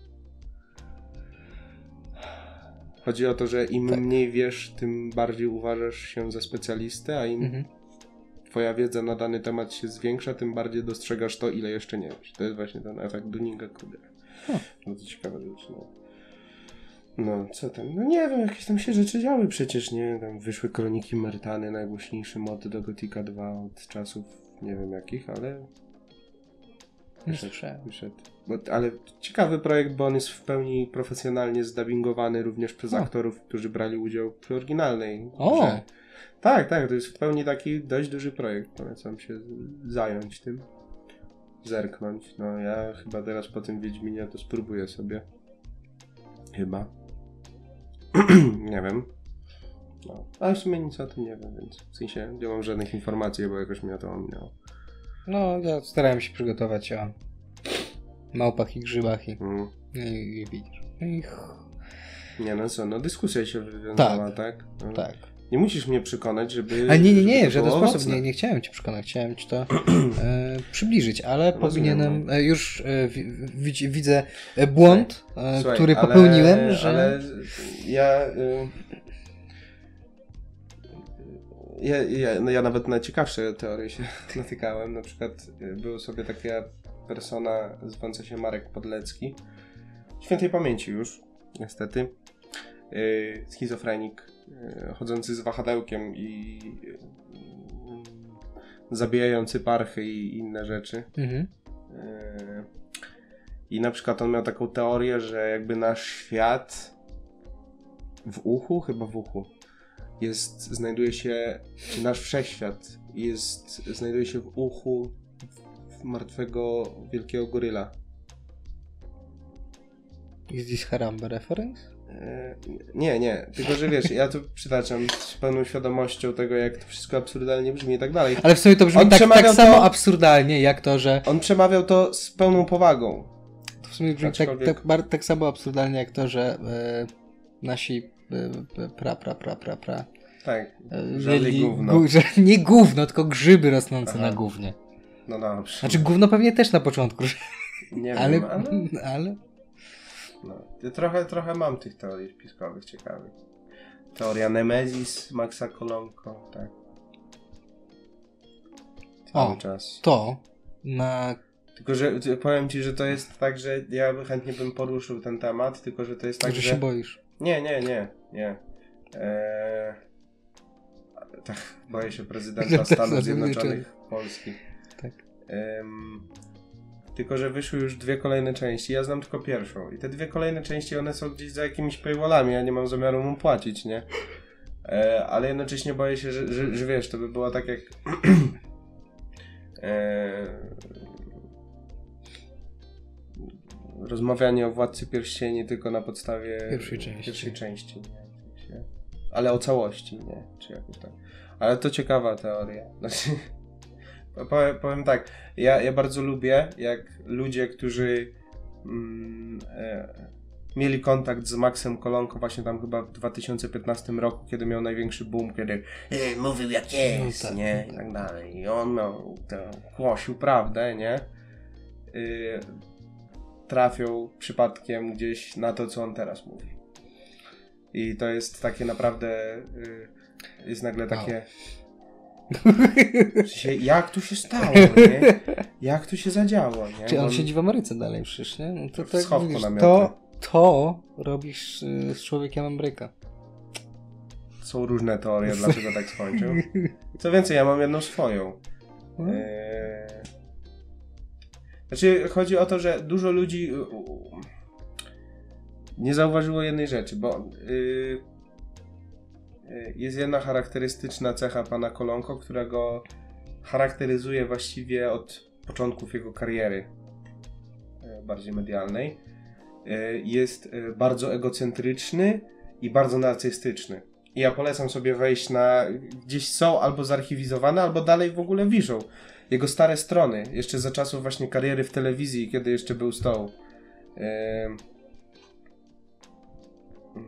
A: Chodzi o to, że im
B: Tak.
A: mniej wiesz, tym bardziej uważasz się za specjalistę, a im
B: Mhm.
A: twoja wiedza na dany temat się zwiększa, tym bardziej dostrzegasz to, ile jeszcze nie wiesz. To jest właśnie ten efekt Dunninga-Krugera.
B: Hmm.
A: No to ciekawe rzeczy, no. No, co tam? No nie wiem, jakieś tam się rzeczy działy przecież, nie? Tam wyszły Kroniki Myrtany, najgłośniejszy mod do Gothica dwa od czasów nie wiem jakich, ale
B: Nie
A: wyszedł.
B: słyszałem.
A: wyszedł. Bo, ale ciekawy projekt, bo on jest w pełni profesjonalnie zdubbingowany również przez
B: O.
A: aktorów, którzy brali udział przy oryginalnej
B: O!
A: grze. Tak, tak, to jest w pełni taki dość duży projekt. Polecam się zająć tym. Zerknąć. No ja chyba teraz po tym Wiedźminie to spróbuję sobie. Chyba. Nie wiem. No, ale w sumie nic o tym nie wiem, więc w sensie nie mam żadnych informacji, bo jakoś mnie to ominęło.
B: No, ja starałem się przygotować o małpach i grzybach i,
A: Mm.
B: i, i widzisz. I ch-
A: Nie no co, no dyskusja się wywiązała, tak? No.
B: tak.
A: Nie musisz mnie przekonać, żeby...
B: Ale nie, nie,
A: żeby
B: nie,
A: to
B: w żaden
A: było
B: sposób
A: owocne.
B: nie, nie chciałem cię przekonać, chciałem ci to e, przybliżyć, ale
A: Rozumiem,
B: powinienem,
A: no.
B: e, już e, wi, widz, widzę e, błąd, e,
A: Słuchaj,
B: który
A: ale-
B: popełniłem, że...
A: Ale ja... Y, ja, ja, no ja nawet na ciekawsze teorie się natykałem. Na przykład y, był sobie taka persona zwająca się Marek Podlecki. Świętej pamięci już, niestety. Y, schizofrenik, y, chodzący z wahadełkiem i y, zabijający parchy i inne rzeczy.
B: Mhm.
A: Yy, I na przykład on miał taką teorię, że jakby nasz świat w uchu, chyba w uchu, jest, znajduje się, czy nasz wszechświat jest, znajduje się w uchu w martwego wielkiego goryla.
B: Is this Harambe reference?
A: Yy, nie, nie, tylko że wiesz, ja tu przytaczam z pełną świadomością tego, jak to wszystko absurdalnie brzmi i tak dalej.
B: Ale w sumie to brzmi
A: On
B: tak, tak
A: przemawiał
B: samo
A: to-
B: absurdalnie, jak to, że...
A: On przemawiał to z pełną powagą.
B: To w sumie brzmi tak,
A: Aczkolwiek-
B: tak, bar- tak samo absurdalnie, jak to, że e, nasi e, pra, pra, pra, pra, pra
A: Tak,
B: e,
A: żali
B: mieli
A: gówno.
B: gu- że, nie gówno, tylko grzyby rosnące
A: Aha.
B: na gównie.
A: No dobrze.
B: Znaczy gówno pewnie też na początku,
A: nie
B: ale,
A: wiem, ale...
B: ale...
A: No, ja trochę, trochę mam tych teorii spiskowych ciekawych. Teoria Nemezis, Maxa Kolonko, tak. Cały
B: O.
A: czas.
B: To na...
A: Tylko, że t- powiem ci, że to jest tak, że ja by chętnie bym poruszył ten temat, tylko, że to jest tak,
B: że
A: że...
B: się boisz.
A: Nie, nie, nie, nie. Eee... Tak, boję się prezydenta
B: Że
A: Stanów
B: też
A: Zjednoczonych Polski.
B: Tak.
A: Em, tylko, że wyszły już dwie kolejne części. Ja znam tylko pierwszą. I te dwie kolejne części, one są gdzieś za jakimiś paywallami. Ja nie mam zamiaru mu płacić, nie? E, ale jednocześnie boję się, że, że, że wiesz, to by było tak jak... e, rozmawianie o Władcy Pierścieni tylko na podstawie
B: Pierwszej części.
A: Pierwszej części, nie? W sensie, ale o całości, nie? Czy jakoś tak. Ale to ciekawa teoria. Znaczy, powiem, powiem tak, ja, ja bardzo lubię, jak ludzie, którzy mm, e, mieli kontakt z Maxem Kolonką właśnie tam chyba w dwa tysiące piętnastym roku, kiedy miał największy boom, kiedy e, mówił jak jest,
B: No tak,
A: nie?
B: no
A: I
B: tak.
A: tak dalej. I on miał, to, głosił prawdę, nie? Y, trafią przypadkiem gdzieś na to, co on teraz mówi. I to jest takie naprawdę, y, jest nagle takie... W sensie, jak tu się stało, nie? Jak tu się zadziało, nie?
B: Czy on
A: Bo
B: siedzi w Ameryce dalej przecież, nie? No to
A: W
B: tak,
A: schowku
B: widzisz,
A: namiotu.
B: to, to robisz y, z człowiekiem Ameryka.
A: są różne teorie, dlaczego tak skończył. Co więcej, ja mam jedną swoją. Eee... Znaczy, chodzi o to, że dużo ludzi nie zauważyło jednej rzeczy, bo yy, jest jedna charakterystyczna cecha pana Kolonko, która go charakteryzuje właściwie od początków jego kariery yy, bardziej medialnej. Yy, jest yy, bardzo egocentryczny i bardzo narcystyczny. I ja polecam sobie wejść na... Gdzieś są albo zarchiwizowane, albo dalej w ogóle wiszą jego stare strony, jeszcze za czasów właśnie kariery w telewizji, kiedy jeszcze był z tą yy, yy,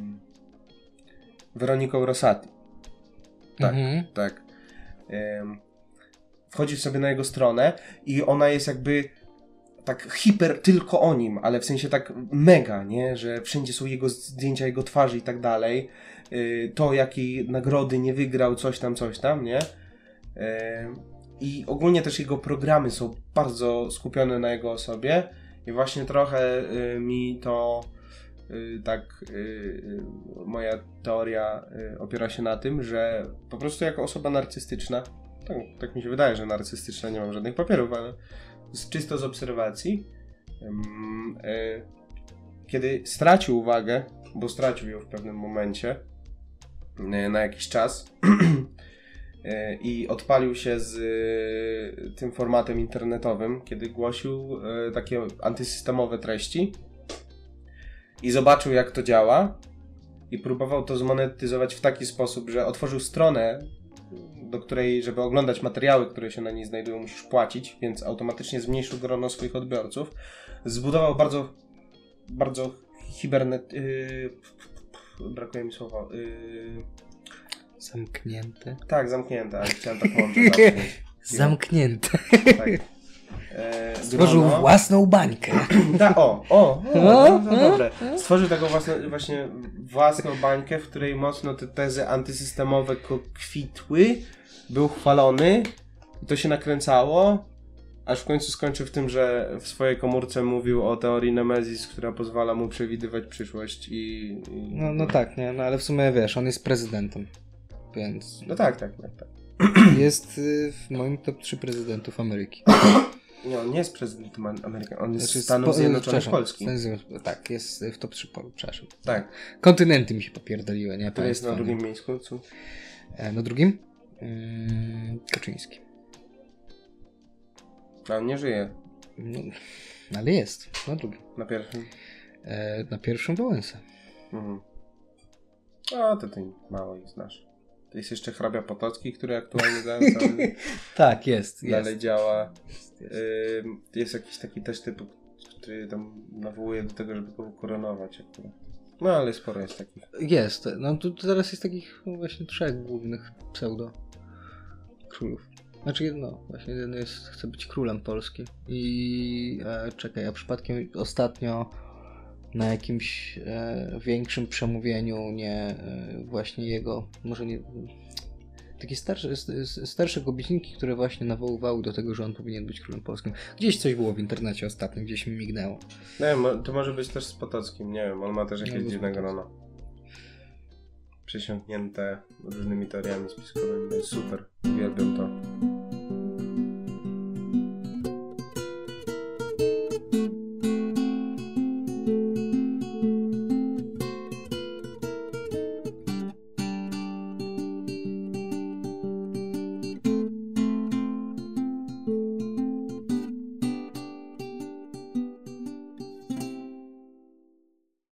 A: Weroniką Rosati. Tak, mhm. tak. Yy, wchodzisz sobie na jego stronę i ona jest jakby tak hiper tylko o nim, ale w sensie tak mega, nie? Że wszędzie są jego zdjęcia, jego twarzy i tak dalej. Yy, to, jakiej nagrody nie wygrał, coś tam, coś tam, nie? Yy, I ogólnie też jego programy są bardzo skupione na jego osobie i właśnie trochę y, mi to y, tak y, y, moja teoria y, opiera się na tym, że po prostu jako osoba narcystyczna, tak, tak mi się wydaje, że narcystyczna, nie mam żadnych papierów, ale z, czysto z obserwacji, y, y, kiedy stracił uwagę, bo stracił ją w pewnym momencie y, na jakiś czas, i odpalił się z y, tym formatem internetowym, kiedy głosił y, takie antysystemowe treści i zobaczył, jak to działa i próbował to zmonetyzować w taki sposób, że otworzył stronę, do której, żeby oglądać materiały, które się na niej znajdują, musisz płacić, więc automatycznie zmniejszył grono swoich odbiorców. Zbudował bardzo bardzo hibernet... Yy, brakuje mi słowa... Yy,
B: Zamknięte.
A: Tak, zamknięte, ale chciałem tak mądrze zamknąć.
B: Zamknięte. Tak.
A: E,
B: Stworzył grono. własną bańkę.
A: Da, o, o, o no, no, dobre. Stworzył taką własną, właśnie własną bańkę, w której mocno te tezy antysystemowe kwitły, był chwalony i to się nakręcało, aż w końcu skończył w tym, że w swojej komórce mówił o teorii Nemezis, która pozwala mu przewidywać przyszłość i... i...
B: No, no tak, nie, no ale w sumie wiesz, on jest prezydentem. Więc...
A: No tak, tak, tak. tak.
B: Jest y, w moim top trzy prezydentów Ameryki.
A: Nie, on nie jest prezydentem Ameryki, on jest znaczy, Stanów Zjednoczonych Polski.
B: Tak, jest w top trzy, przepraszam.
A: Tak.
B: Kontynenty mi się popierdoliły, nie?
A: To jest na drugim miejscu, co?
B: E, na drugim? Hmm, Kaczyński.
A: A on nie żyje.
B: No, ale jest, na drugim.
A: Na pierwszym?
B: E, na pierwszym Wałęsa. Mhm.
A: A, to ty mało ich znasz. To jest jeszcze hrabia Potocki, który aktualnie cały
B: tak, jest.
A: dalej
B: jest.
A: działa. Jest, jest. Yy, jest jakiś taki też typ, który tam nawołuje do tego, żeby go ukoronować. No, ale sporo jest takich.
B: Jest. No tu teraz jest takich no, właśnie trzech głównych pseudo królów. Znaczy jedno, właśnie jeden jest, chce być królem Polski. I e, czekaj, a przypadkiem ostatnio na jakimś e, większym przemówieniu, nie e, właśnie jego, może nie, takie starsze, starsze gobiecinki, które właśnie nawoływały do tego, że on powinien być królem polskim. Gdzieś coś było w internecie ostatnio, gdzieś mi mignęło.
A: Nie wiem, to może być też z Potockim, nie wiem, on ma też jakieś no, dziwne grono. Przysiągnięte różnymi teoriami spiskowymi, jest super, uwielbiam to.